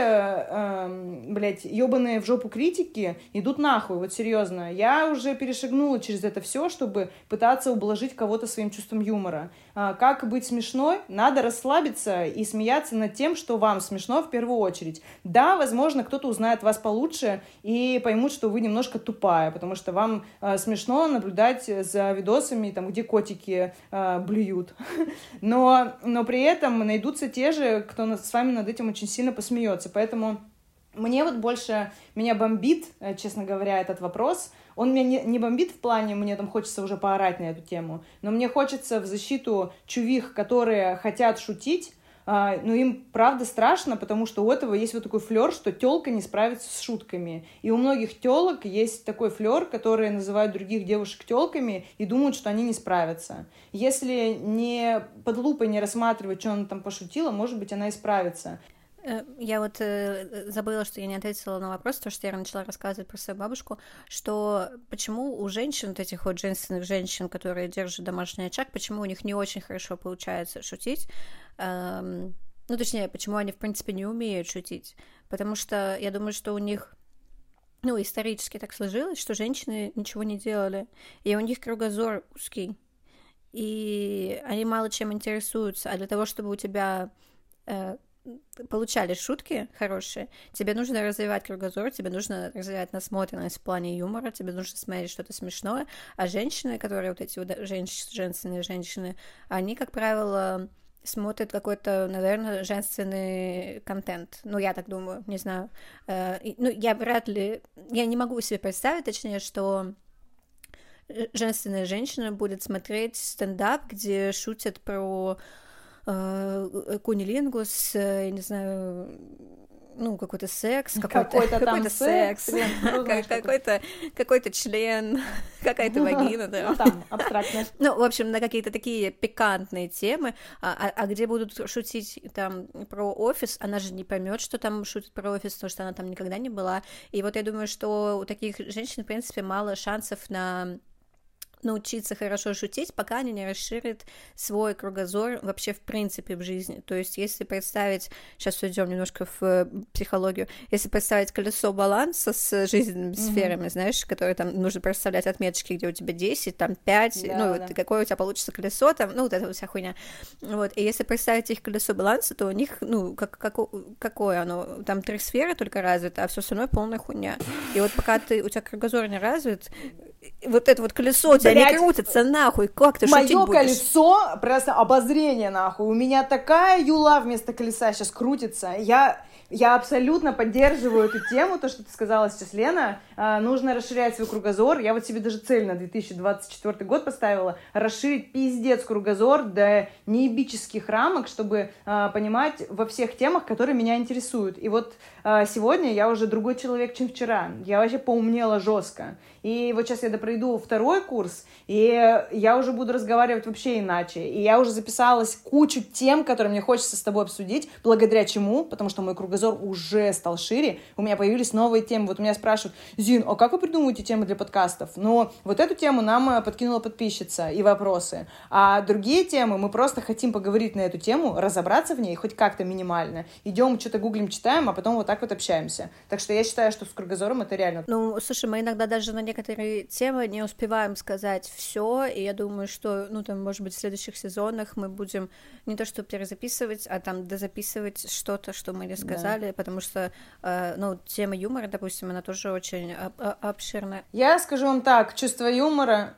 ебаные в жопу критики идут нахуй, вот серьезно, я уже перешагнула через это все, чтобы пытаться ублажить кого-то своим чувством юмора. Как быть смешной? Надо расслабиться и смеяться над тем, что вам смешно в первую очередь. Да, возможно, кто-то узнает вас получше и поймут, что вы немножко тупая, потому что вам смешно наблюдать за видосами, там, где котики блюют. Но при этом найдутся те же, кто с вами над этим очень сильно посмеется. Поэтому мне вот больше, меня бомбит, честно говоря, этот вопрос. Он меня не бомбит в плане, мне там хочется уже поорать на эту тему, но мне хочется в защиту чувих, которые хотят шутить, но им правда страшно, потому что у этого есть вот такой флер, что тёлка не справится с шутками. И у многих тёлок есть такой флер, которые называют других девушек тёлками и думают, что они не справятся. Если не под лупой не рассматривать, что она там пошутила, может быть, она и справится. Я вот забыла, что я не ответила на вопрос, то, что я начала рассказывать про свою бабушку, что почему у женщин, вот этих вот женственных женщин, которые держат домашний очаг, почему у них не очень хорошо получается шутить, ну, точнее, почему они, в принципе, не умеют шутить, потому что я думаю, что у них, ну, исторически так сложилось, что женщины ничего не делали, и у них кругозор узкий, и они мало чем интересуются, а для того, чтобы у тебя получали шутки хорошие, тебе нужно развивать кругозор, тебе нужно развивать насмотренность в плане юмора, тебе нужно смотреть что-то смешное, а женщины, которые вот эти вот женственные женщины, они, как правило, смотрят какой-то, наверное, женственный контент, ну, я так думаю, не знаю, ну, я вряд ли, я не могу себе представить, точнее, что женственная женщина будет смотреть стендап, где шутят про кунилингус, я не знаю, ну, какой-то секс, какой-то секс, какой-то член, какая-то вагина, да. Ну, там, абстрактно. Ну, в общем, на какие-то такие пикантные темы, а где будут шутить там про офис, она же не поймет, что там шутят про офис, потому что она там никогда не была. И вот я думаю, что у таких женщин, в принципе, мало шансов на научиться хорошо шутить, пока они не расширят свой кругозор вообще в принципе в жизни. То есть, если представить, сейчас уйдем немножко в психологию, если представить колесо баланса с жизненными сферами, знаешь, которые там нужно проставлять отметочки, где у тебя 10, там 5, да, ну, да. Какое у тебя получится колесо, там, ну, вот эта вот вся хуйня. Вот, и если представить их колесо баланса, то у них, ну, какое оно? Там 3 сферы только развито, а все остальное полная хуйня. И вот пока у тебя кругозор не развит, вот это вот колесо у тебя не крутится, нахуй, как ты шутить будешь? Моё колесо, просто обозрение, нахуй, у меня такая юла вместо колеса сейчас крутится, я абсолютно поддерживаю эту тему, то, что ты сказала сейчас, Лена, нужно расширять свой кругозор, я вот себе даже цель на 2024 год поставила, расширить пиздец кругозор до неебических рамок, чтобы понимать во всех темах, которые меня интересуют, и вот сегодня я уже другой человек, чем вчера, я вообще поумнела жестко, и вот сейчас я пройду 2-й курс, и я уже буду разговаривать вообще иначе, и я уже записалась кучу тем, которые мне хочется с тобой обсудить, благодаря чему, потому что мой кругозор уже стал шире, у меня появились новые темы, вот у меня спрашивают: Зин, а как вы придумываете темы для подкастов? Но вот эту тему нам подкинула подписчица и вопросы, а другие темы мы просто хотим поговорить на эту тему, разобраться в ней хоть как-то минимально, идем, что-то гуглим, читаем, а потом вот так вот общаемся, так что я считаю, что с кругозором это реально. Ну, слушай, мы иногда даже на некоторые темы не успеваем сказать все, и я думаю, что, ну, там, может быть, в следующих сезонах мы будем не то что перезаписывать, а там дозаписывать что-то, что мы не сказали, да. Потому что, ну, тема юмора, допустим, она тоже очень обширная. Я скажу вам так, чувство юмора,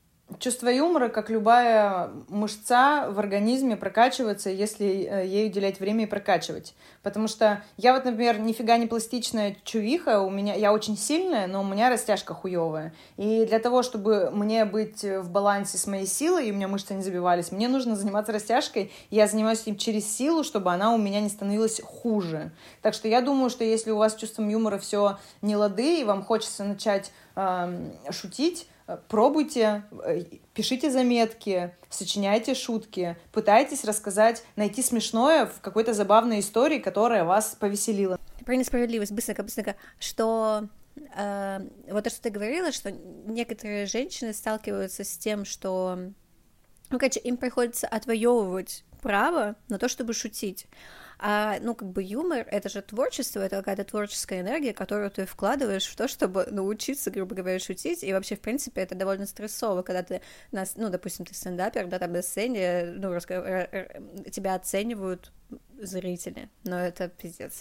как любая мышца в организме, прокачивается, если ей уделять время и прокачивать. Потому что я вот, например, нифига не пластичная чувиха, я очень сильная, но у меня растяжка хуевая. И для того, чтобы мне быть в балансе с моей силой, и у меня мышцы не забивались, мне нужно заниматься растяжкой. Я занимаюсь этим через силу, чтобы она у меня не становилась хуже. Так что я думаю, что если у вас с чувством юмора все не лады, и вам хочется начать шутить, пробуйте, пишите заметки, сочиняйте шутки, пытайтесь рассказать, найти смешное в какой-то забавной истории, которая вас повеселила. Про несправедливость, быстренько, что вот то, что ты говорила, что некоторые женщины сталкиваются с тем, что, ну, короче, им приходится отвоевывать право на то, чтобы шутить. Ну, как бы юмор — это же творчество, это какая-то творческая энергия, которую ты вкладываешь в то, чтобы научиться, грубо говоря, шутить, и вообще, в принципе, это довольно стрессово, когда ты, ну, допустим, ты стендапер, да, там на сцене, ну, тебя оценивают зрители, но это пиздец.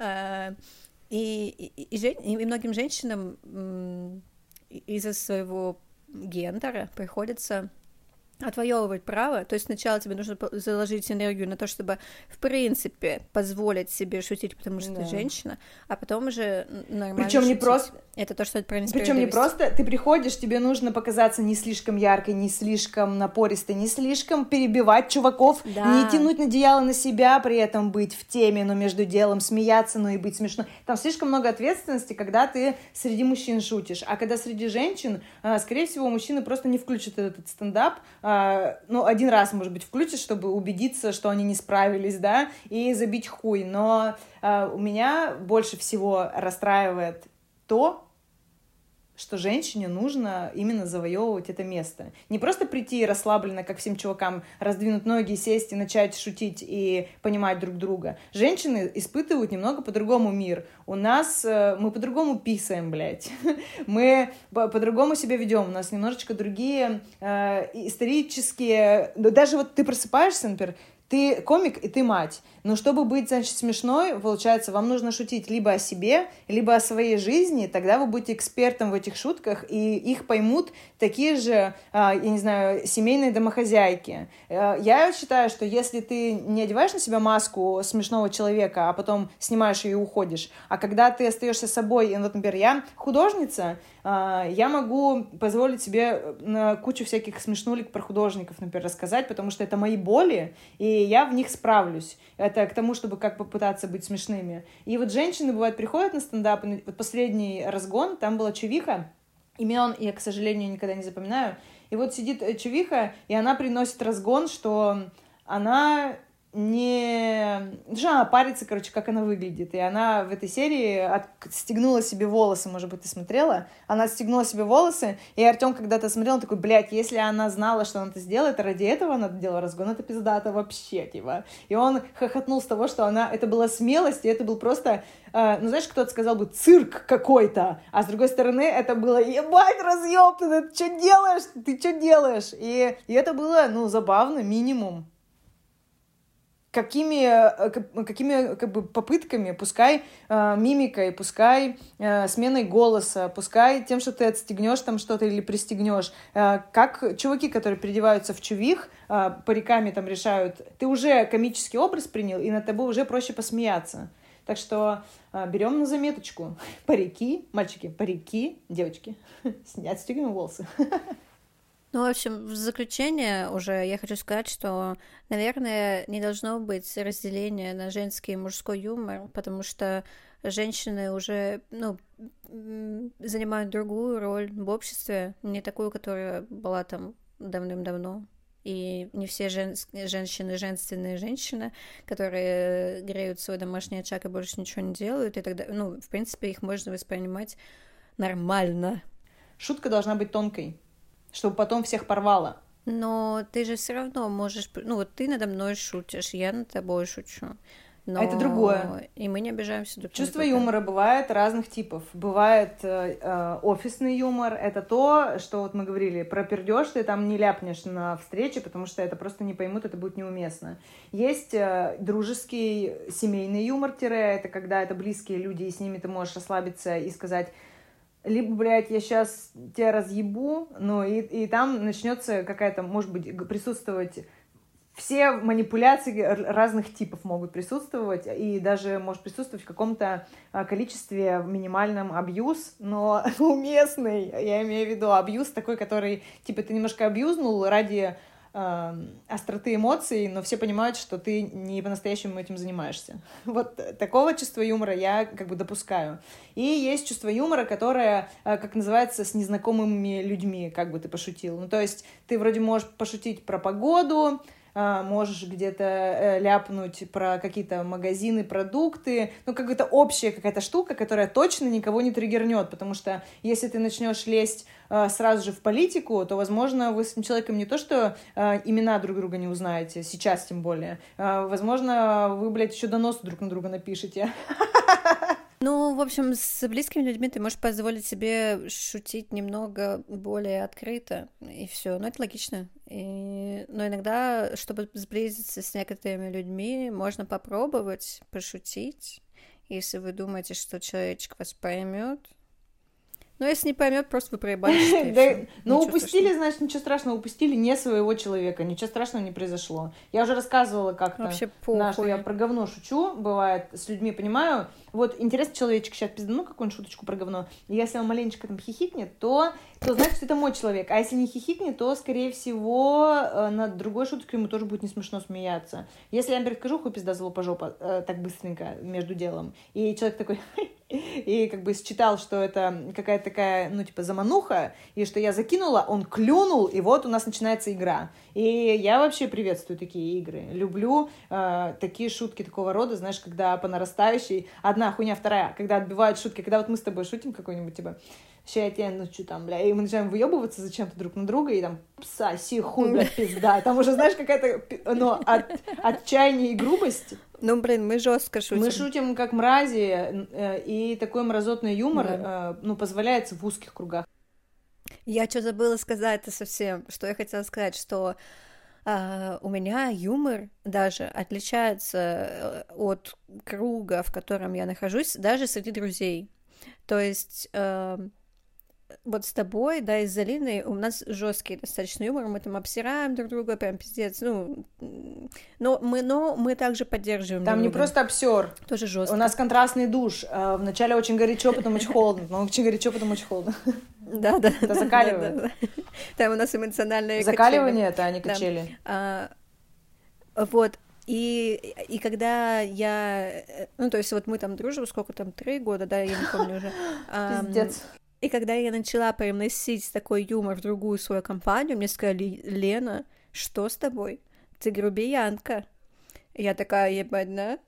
И многим женщинам из-за своего гендера приходится отвоевывать право, то есть сначала тебе нужно заложить энергию на то, чтобы, в принципе, позволить себе шутить, потому что ты женщина, а потом уже нормально Причем не просто... Это то, что это про несправедливость. Причем не просто ты приходишь, тебе нужно показаться не слишком яркой, не слишком напористой, не слишком перебивать чуваков, не тянуть одеяло на себя, при этом быть в теме, но между делом смеяться, но и быть смешно. Там слишком много ответственности, когда ты среди мужчин шутишь, а когда среди женщин, скорее всего, мужчины просто не включат этот стендап, ну, один раз, может быть, включат, чтобы убедиться, что они не справились, да, и забить хуй. Но у меня больше всего расстраивает то, что женщине нужно именно завоевывать это место. Не просто прийти расслабленно, как всем чувакам, раздвинуть ноги, сесть и начать шутить и понимать друг друга. Женщины испытывают немного по-другому мир. У нас мы по-другому писаем, блядь. Мы по-другому себя ведем. У нас немножечко другие исторические... Даже вот ты просыпаешься, например, ты комик и ты мать. Но чтобы быть, значит, смешной, получается, вам нужно шутить либо о себе, либо о своей жизни. Тогда вы будете экспертом в этих шутках, и их поймут такие же, я не знаю, семейные домохозяйки. Я считаю, что если ты не одеваешь на себя маску смешного человека, а потом снимаешь ее и уходишь, а когда ты остаешься собой, и, вот, например, я художница, я могу позволить себе кучу всяких смешнулек про художников, например, рассказать, потому что это мои боли, и я в них справлюсь. Это к тому, чтобы как попытаться быть смешными. И вот женщины, бывает, приходят на стендап, и вот последний разгон, там была чувиха, имен я, к сожалению, никогда не запоминаю, и вот сидит чувиха, и она приносит разгон, что она она парится, короче, как она выглядит. И она в этой серии отстегнула себе волосы, может быть, ты смотрела? Она отстегнула себе волосы, и Артем когда-то смотрел, он такой, блядь, если она знала, что она это сделает, ради этого она делала разгон, это пиздато вообще, типа. И он хохотнул с того, что это была смелость, и это был просто, ну, знаешь, кто-то сказал бы, цирк какой-то, а с другой стороны, это было, ебать, разъеб, ты что делаешь? Ты что делаешь? И это было, ну, забавно, минимум. Какими как бы попытками, пускай мимикой, пускай сменой голоса, пускай тем, что ты отстегнешь там что-то или пристегнешь, как чуваки, которые переодеваются в чувих, париками там решают, ты уже комический образ принял, и над тобой уже проще посмеяться. Так что берем на заметочку. Парики, мальчики, парики, девочки, отстегиваем волосы. Ну, в общем, в заключение уже я хочу сказать, что, наверное, не должно быть разделения на женский и мужской юмор, потому что женщины уже, ну, занимают другую роль в обществе, не такую, которая была там давным-давно. И не все женщины женственные женщины, которые греют свой домашний очаг и больше ничего не делают, и тогда, ну, в принципе, их можно воспринимать нормально. Шутка должна быть тонкой, чтобы потом всех порвало. Но ты же все равно можешь... Ну, вот ты надо мной шутишь, я над тобой шучу. Но... А это другое. И мы не обижаемся друг на друга. Чувство юмора бывает разных типов. Бывает офисный юмор. Это то, что вот мы говорили, про пердёж ты там не ляпнешь на встрече, потому что это просто не поймут, это будет неуместно. Есть дружеский семейный юмор, это когда это близкие люди, и с ними ты можешь расслабиться и сказать... Либо, блядь, я сейчас тебя разъебу, ну, и там начнется какая-то, может быть, присутствовать... Все манипуляции разных типов могут присутствовать, и даже может присутствовать в каком-то количестве, в минимальном абьюз, но уместный, я имею в виду абьюз такой, который, типа, ты немножко абьюзнул ради остроты эмоций, но все понимают, что ты не по-настоящему этим занимаешься. Вот такого чувства юмора я как бы допускаю. И есть чувство юмора, которое, как называется, с незнакомыми людьми, как бы ты пошутил. Ну, то есть ты вроде можешь пошутить про погоду, можешь где-то ляпнуть про какие-то магазины, продукты, ну, какая-то общая какая-то штука, которая точно никого не триггернет, потому что если ты начнешь лезть сразу же в политику, то, возможно, вы с этим человеком не то, что имена друг друга не узнаете, сейчас тем более, возможно, вы, блядь, еще доносы друг на друга напишете. Ну, в общем, с близкими людьми ты можешь позволить себе шутить немного более открыто, и все. Ну, это логично. Но иногда, чтобы сблизиться с некоторыми людьми, можно попробовать пошутить, если вы думаете, что человечек вас поймет. Но если не поймет, просто вы проебались. Ну, упустили, значит, ничего страшного, упустили не своего человека, ничего страшного не произошло. Я уже рассказывала как-то, что я про говно шучу, бывает, с людьми, понимаю. Вот интересный человечек, сейчас пиздану какую-нибудь шуточку про говно, и если он маленечко там хихикнет, то значит, что это мой человек. А если не хихикнет, то, скорее всего, над другой шуткой ему тоже будет не смешно смеяться. Если я, например, скажу, хуй пизда, залупа жопа, так быстренько, между делом, и человек такой... И как бы считал, что это какая-то такая, ну, типа, замануха, и что я закинула, он клюнул, и вот у нас начинается игра. И я вообще приветствую такие игры. Люблю такие шутки такого рода, знаешь, когда по нарастающей одна хуйня, вторая, когда отбивают шутки, когда вот мы с тобой шутим какой-нибудь, типа, сейчас я тебя научу там, бля, и мы начинаем выебываться зачем-то друг на друга, и там, соси хуй, бля, пизда. Там уже, знаешь, какая-то, ну, отчаяние и грубость. Ну, блин, мы жестко шутим. Мы шутим как мрази, и такой мразотный юмор, ну, позволяется в узких кругах. Я что забыла сказать-то совсем, что я хотела сказать, что у меня юмор даже отличается от круга, в котором я нахожусь, даже среди друзей. То есть... Вот с тобой, да, и с Залиной у нас жесткий достаточно юмор, мы там обсираем друг друга, прям пиздец, ну, но мы также поддерживаем. Там не просто обсер. Тоже жестко. У нас контрастный душ. Вначале очень горячо, потом очень холодно, но очень горячо, потом очень холодно. Да. Это закаливает. Да. Там у нас эмоциональные закаливание это, а не качели. Вот. И когда я... Ну, то есть вот мы там дружим, сколько там, 3 года, да, я не помню уже. Пиздец. И когда я начала привносить такой юмор в другую свою компанию, мне сказали: Лена, что с тобой? Ты грубиянка. И я такая: ебать, да?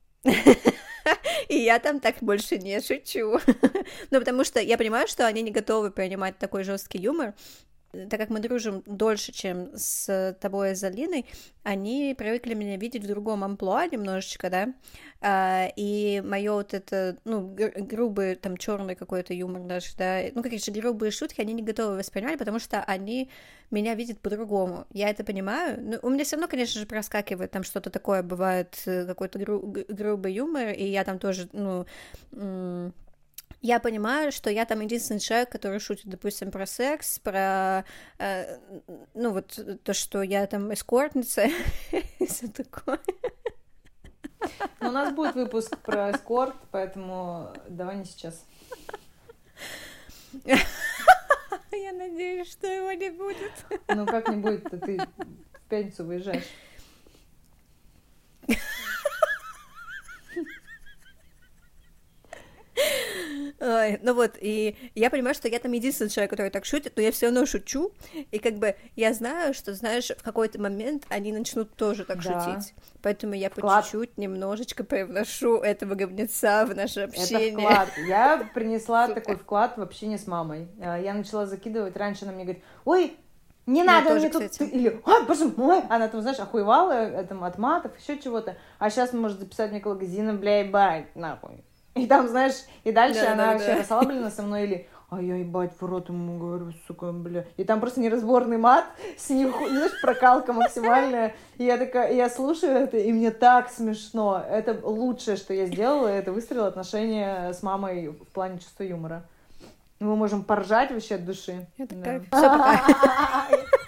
И я там так больше не шучу. Ну, потому что я понимаю, что они не готовы принимать такой жесткий юмор. Так как мы дружим дольше, чем с тобой и с Алиной, они привыкли меня видеть в другом амплуа немножечко, да, и моё вот это, ну, грубый, там, черный какой-то юмор даже, да, ну, какие-то грубые шутки они не готовы воспринимать, потому что они меня видят по-другому. Я это понимаю, но у меня все равно, конечно же, проскакивает там что-то такое, бывает какой-то грубый юмор, и я там тоже, ну... Я понимаю, что я там единственный человек, который шутит, допустим, про секс, про, ну, вот то, что я там эскортница и все такое. Но у нас будет выпуск про эскорт, поэтому давай не сейчас. Я надеюсь, что его не будет. Ну, как не будет, ты в пятницу выезжаешь. Ой, ну вот, и я понимаю, что я там единственный человек, который так шутит, но я все равно шучу, и как бы я знаю, что, знаешь, в какой-то момент они начнут тоже так шутить, поэтому я по чуть-чуть немножечко привношу этого говнеца в наше общение. Это вклад. Я принесла такой вклад в общение с мамой. Я начала закидывать, раньше она мне говорит: ой, не надо мне тут... Или, ой, боже мой, она там, знаешь, охуевала там, от матов, еще чего-то, а сейчас может записать мне Зина, бля, ебать, нахуй. И там, знаешь, и дальше она вообще расслаблена со мной, или, а я, ебать, в рот ему говорю, сука, бля. И там просто неразборный мат, с них, знаешь, прокалка максимальная. И я такая, я слушаю это, и мне так смешно. Это лучшее, что я сделала, это выстроила отношения с мамой в плане чувства юмора. Мы можем поржать вообще от души. Это кайф. Всё, пока.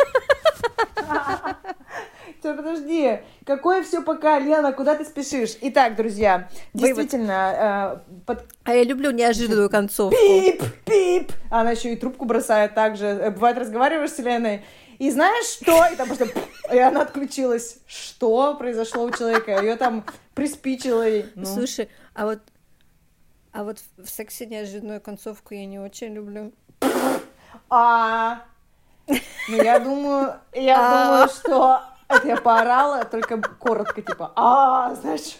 Все, подожди. Какое все пока, Лена, куда ты спешишь? Итак, друзья, действительно... А я люблю неожиданную концовку. Пип! Она еще и трубку бросает так же. Бывает, разговариваешь с Леной, и знаешь что? И там просто... И она отключилась. Что произошло у человека? Ее там приспичило. Слушай, а вот в сексе неожиданную концовку я не очень люблю. Ну, я думаю, что Это я поорала, только коротко, типа, знаешь.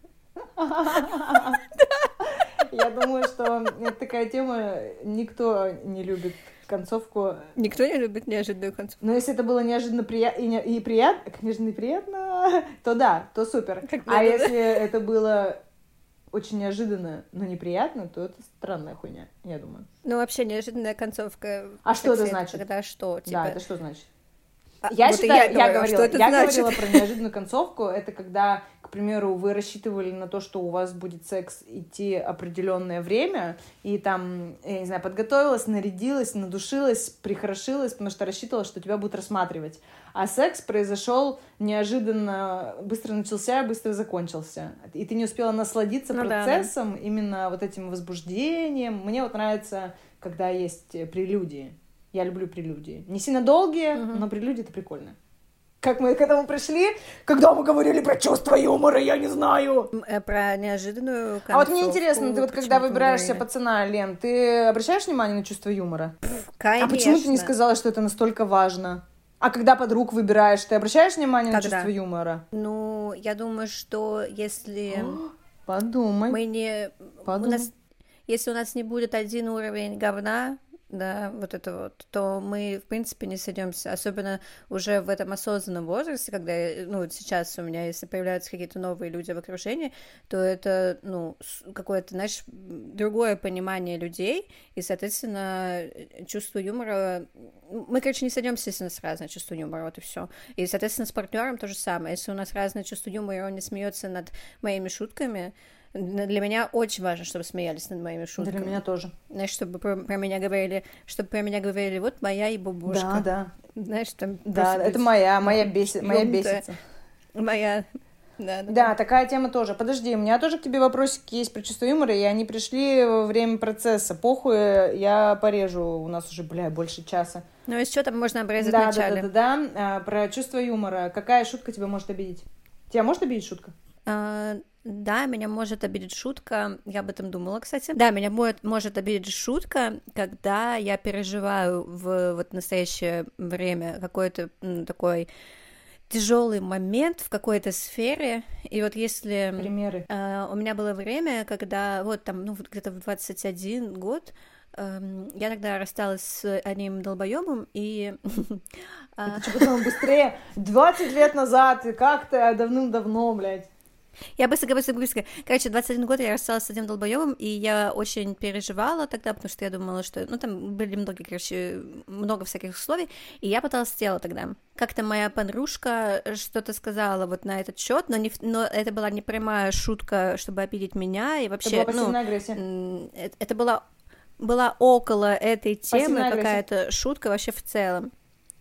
Я думаю, что это такая тема, никто не любит концовку. Никто не любит неожиданную концовку. Но если это было неожиданно и приятно, конечно, неприятно, то да, то супер. Если это было очень неожиданно, но неприятно, то это странная хуйня, я думаю. Ну, вообще, неожиданная концовка. А что это значит? Тогда что? Типа... Да, это что значит? Я считаю, я говорила про неожиданную концовку. Это когда, к примеру, вы рассчитывали на то, что у вас будет секс идти определенное время, и там, я не знаю, подготовилась, нарядилась, надушилась, прихорошилась, потому что рассчитывала, что тебя будут рассматривать. А секс произошел неожиданно, быстро начался, быстро закончился. И ты не успела насладиться процессом, именно вот этим возбуждением. Мне вот нравится, когда есть прелюдии. Я люблю прелюдии. Не сильно долгие, но прелюдии — это прикольно. Как мы к этому пришли? Когда мы говорили про чувство юмора, я не знаю. Про неожиданную концовку. А вот мне интересно, ты вот когда выбираешь себе пацана, Лен, ты обращаешь внимание на чувство юмора? Конечно. А почему ты не сказала, что это настолько важно? А когда подруг выбираешь, ты обращаешь внимание на чувство юмора? Ну, я думаю, что если... Подумай. Мы не... Если у нас не будет один уровень говна, да, вот это вот, то мы, в принципе, не сойдемся, особенно уже в этом осознанном возрасте, когда, ну, вот сейчас у меня, если появляются какие-то новые люди в окружении, то это, ну, какое-то, знаешь, другое понимание людей, и, соответственно, чувство юмора, мы, короче, не сойдемся, если у нас разное чувство юмора, вот и все. И, соответственно, с партнером то же самое, если у нас разное чувство юмора, и он не смеется над моими шутками. Для меня очень важно, чтобы смеялись над моими шутками. Для меня тоже. Знаешь, чтобы про меня говорили, вот моя и бабушка. Да. Знаешь, там... Да, это моя бесится. Моя... Да, такая тема тоже. Подожди, у меня тоже к тебе вопросики есть про чувство юмора, и они пришли во время процесса. Похуй, я порежу, у нас уже, больше часа. Ну, если что, там можно обрезать в начале. Да. Про чувство юмора. Какая шутка тебя может обидеть? Тебя может обидеть шутка? Да, меня может обидеть шутка, я об этом думала, кстати. Да, меня может обидеть шутка, когда я переживаю в вот настоящее время какой-то такой тяжелый момент в какой-то сфере, и вот если... Примеры. У меня было время, когда вот там, ну, вот где-то в 21 год я тогда рассталась с одним долбоёбом, и... Это что, потом быстрее? 20 лет назад, как-то давным-давно, блядь. Я быстро. Короче, 21 год я рассталась с одним долбоёбом, и я очень переживала тогда, потому что я думала, что... Ну, там были много всяких условий, и я пыталась сделать тогда. Как-то моя подружка что-то сказала вот на этот счет, но это была не прямая шутка, чтобы обидеть меня, и вообще... Это была пассивная агрессия. Это была около этой темы какая-то шутка вообще в целом.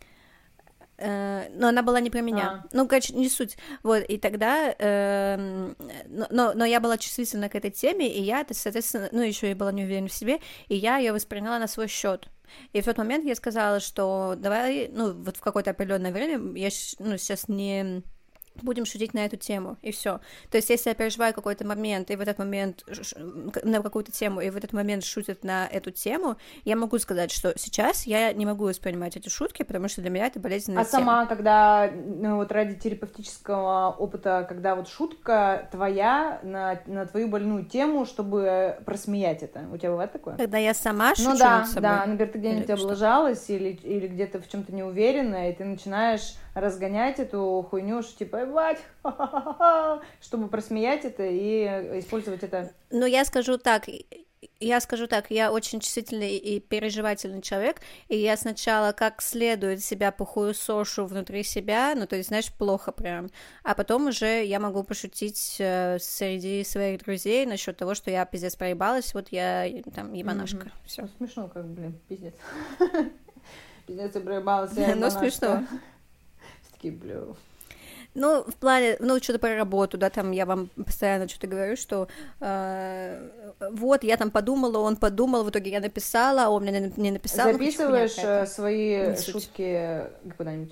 Но она была не про меня. Ну, короче, не суть. Вот, и тогда... но я была чувствительна к этой теме, и я, соответственно, ну, еще и была не уверена в себе, и я ее восприняла на свой счет. И в тот момент я сказала, что давай, ну, вот в какое-то определенное время я, сейчас не... будем шутить на эту тему, и все. То есть, если я переживаю какой-то момент, и в этот момент на какую-то тему, и в этот момент шутят на эту тему, я могу сказать, что сейчас я не могу воспринимать эти шутки, потому что для меня это болезненная тема. А сама, когда, ну, вот ради терапевтического опыта, когда вот шутка твоя на твою больную тему, чтобы просмеять это, у тебя бывает такое? Когда я сама шучу над собой? Да, например, ты где-нибудь облажалась, или где-то в чем-то не уверена, и ты начинаешь разгонять эту хуйню, что типа, ебать, чтобы просмеять это и использовать это. Ну, я скажу так, я очень чувствительный и переживательный человек, и я сначала как следует себя похуесошу внутри себя, ну, то есть, знаешь, плохо прям, а потом уже я могу пошутить среди своих друзей насчет того, что я пиздец проебалась, вот я там ебанашка. Всё. Ну, смешно, как, пиздец. Пиздец, я проебалась, я ебанашка. Ну, смешно. Такие, блю. Ну, в плане, ну, что-то про работу, да, там я вам постоянно что-то говорю, что вот, я там подумала, он подумал, в итоге я написала, а он мне не написал. Записываешь свои шутки куда-нибудь?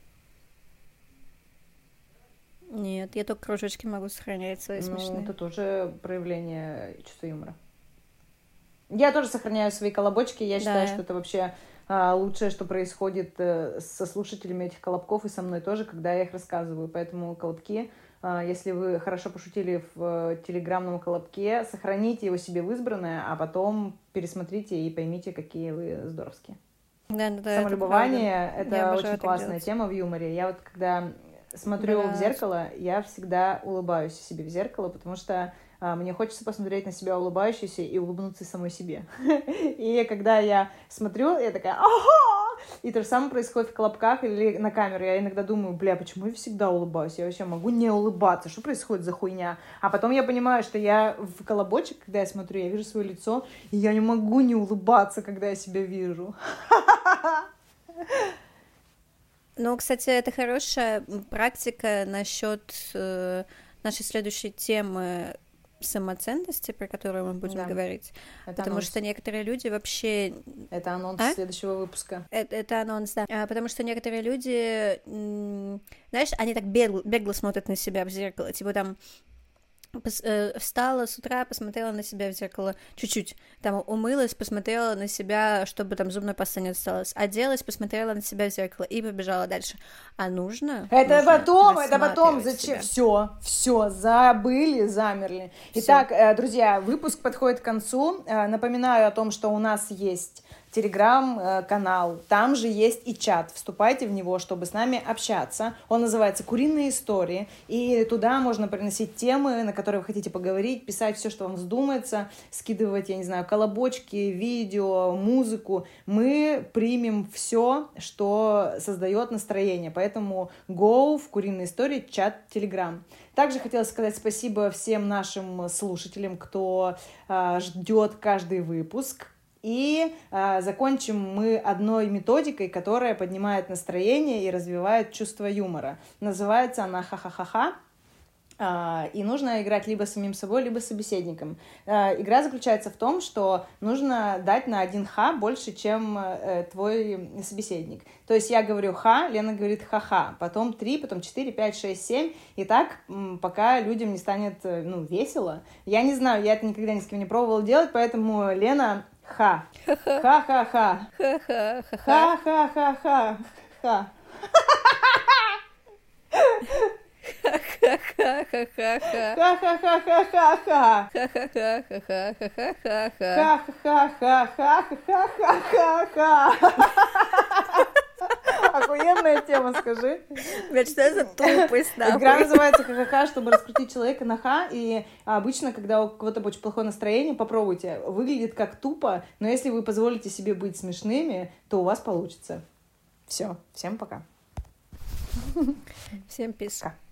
Нет, я только кружочки могу сохранять свои смешные. Это тоже проявление чувства юмора. Я тоже сохраняю свои колобочки, я считаю, что это вообще лучшее, что происходит со слушателями этих колобков и со мной тоже, когда я их рассказываю. Поэтому, колобки, если вы хорошо пошутили в телеграмном колобке, сохраните его себе в избранное, а потом пересмотрите и поймите, какие вы здоровские. Да, самолюбование — это очень классная тема в юморе. Я вот когда смотрю в зеркало, я всегда улыбаюсь себе в зеркало, потому что мне хочется посмотреть на себя улыбающуюся и улыбнуться самой себе. И когда я смотрю, я такая: ага! И то же самое происходит в колобках или на камеру. Я иногда думаю: бля, почему я всегда улыбаюсь? Я вообще могу не улыбаться. Что происходит за хуйня? А потом я понимаю, что я в колобочек, когда я смотрю, я вижу свое лицо, и я не могу не улыбаться, когда я себя вижу. Ну, кстати, это хорошая практика насчет нашей следующей темы самоценности, про которую мы будем говорить. Это потому анонс. Что некоторые люди вообще... Это анонс следующего выпуска. Это анонс, да. Потому что некоторые люди, знаешь, они так бегло смотрят на себя в зеркало. Типа там встала с утра, посмотрела на себя в зеркало чуть-чуть, там умылась, посмотрела на себя, чтобы там зубной пасты не осталось, оделась, посмотрела на себя в зеркало и побежала дальше. А нужно? Это потом, зачем? Все, забыли, замерли. Итак, друзья, выпуск подходит к концу. Напоминаю о том, что у нас есть Телеграм-канал, там же есть и чат. Вступайте в него, чтобы с нами общаться. Он называется «Куриные истории», и туда можно приносить темы, на которые вы хотите поговорить, писать все, что вам вздумается, скидывать, я не знаю, колобочки, видео, музыку. Мы примем все, что создает настроение. Поэтому go в «Куриные истории», чат, Телеграм. Также хотела сказать спасибо всем нашим слушателям, кто ждет каждый выпуск. И закончим мы одной методикой, которая поднимает настроение и развивает чувство юмора. Называется она «Ха-ха-ха-ха». И нужно играть либо с самим собой, либо с собеседником. Игра заключается в том, что нужно дать на один «ха» больше, чем твой собеседник. То есть я говорю «ха», Лена говорит «ха-ха», потом 3, потом 4, 5, 6, 7. И так, пока людям не станет весело. Я не знаю, я это никогда ни с кем не пробовала делать, поэтому, Лена... Ха. Ха-ха-ха. Ха-ха-ха. Ха-ха-ха-ха. Ха. Ха-ха-ха-ха-ха. Ха-ха-ха-ха-ха-ха-ха-ха. Охуенная тема, скажи. Блядь, что это за тупость, нахуй? Игра называется «Ха-ха-ха», чтобы раскрутить человека на «ха», и обычно, когда у кого-то очень плохое настроение, попробуйте. Выглядит как тупо, но если вы позволите себе быть смешными, то у вас получится. Все, всем пока. Всем писка.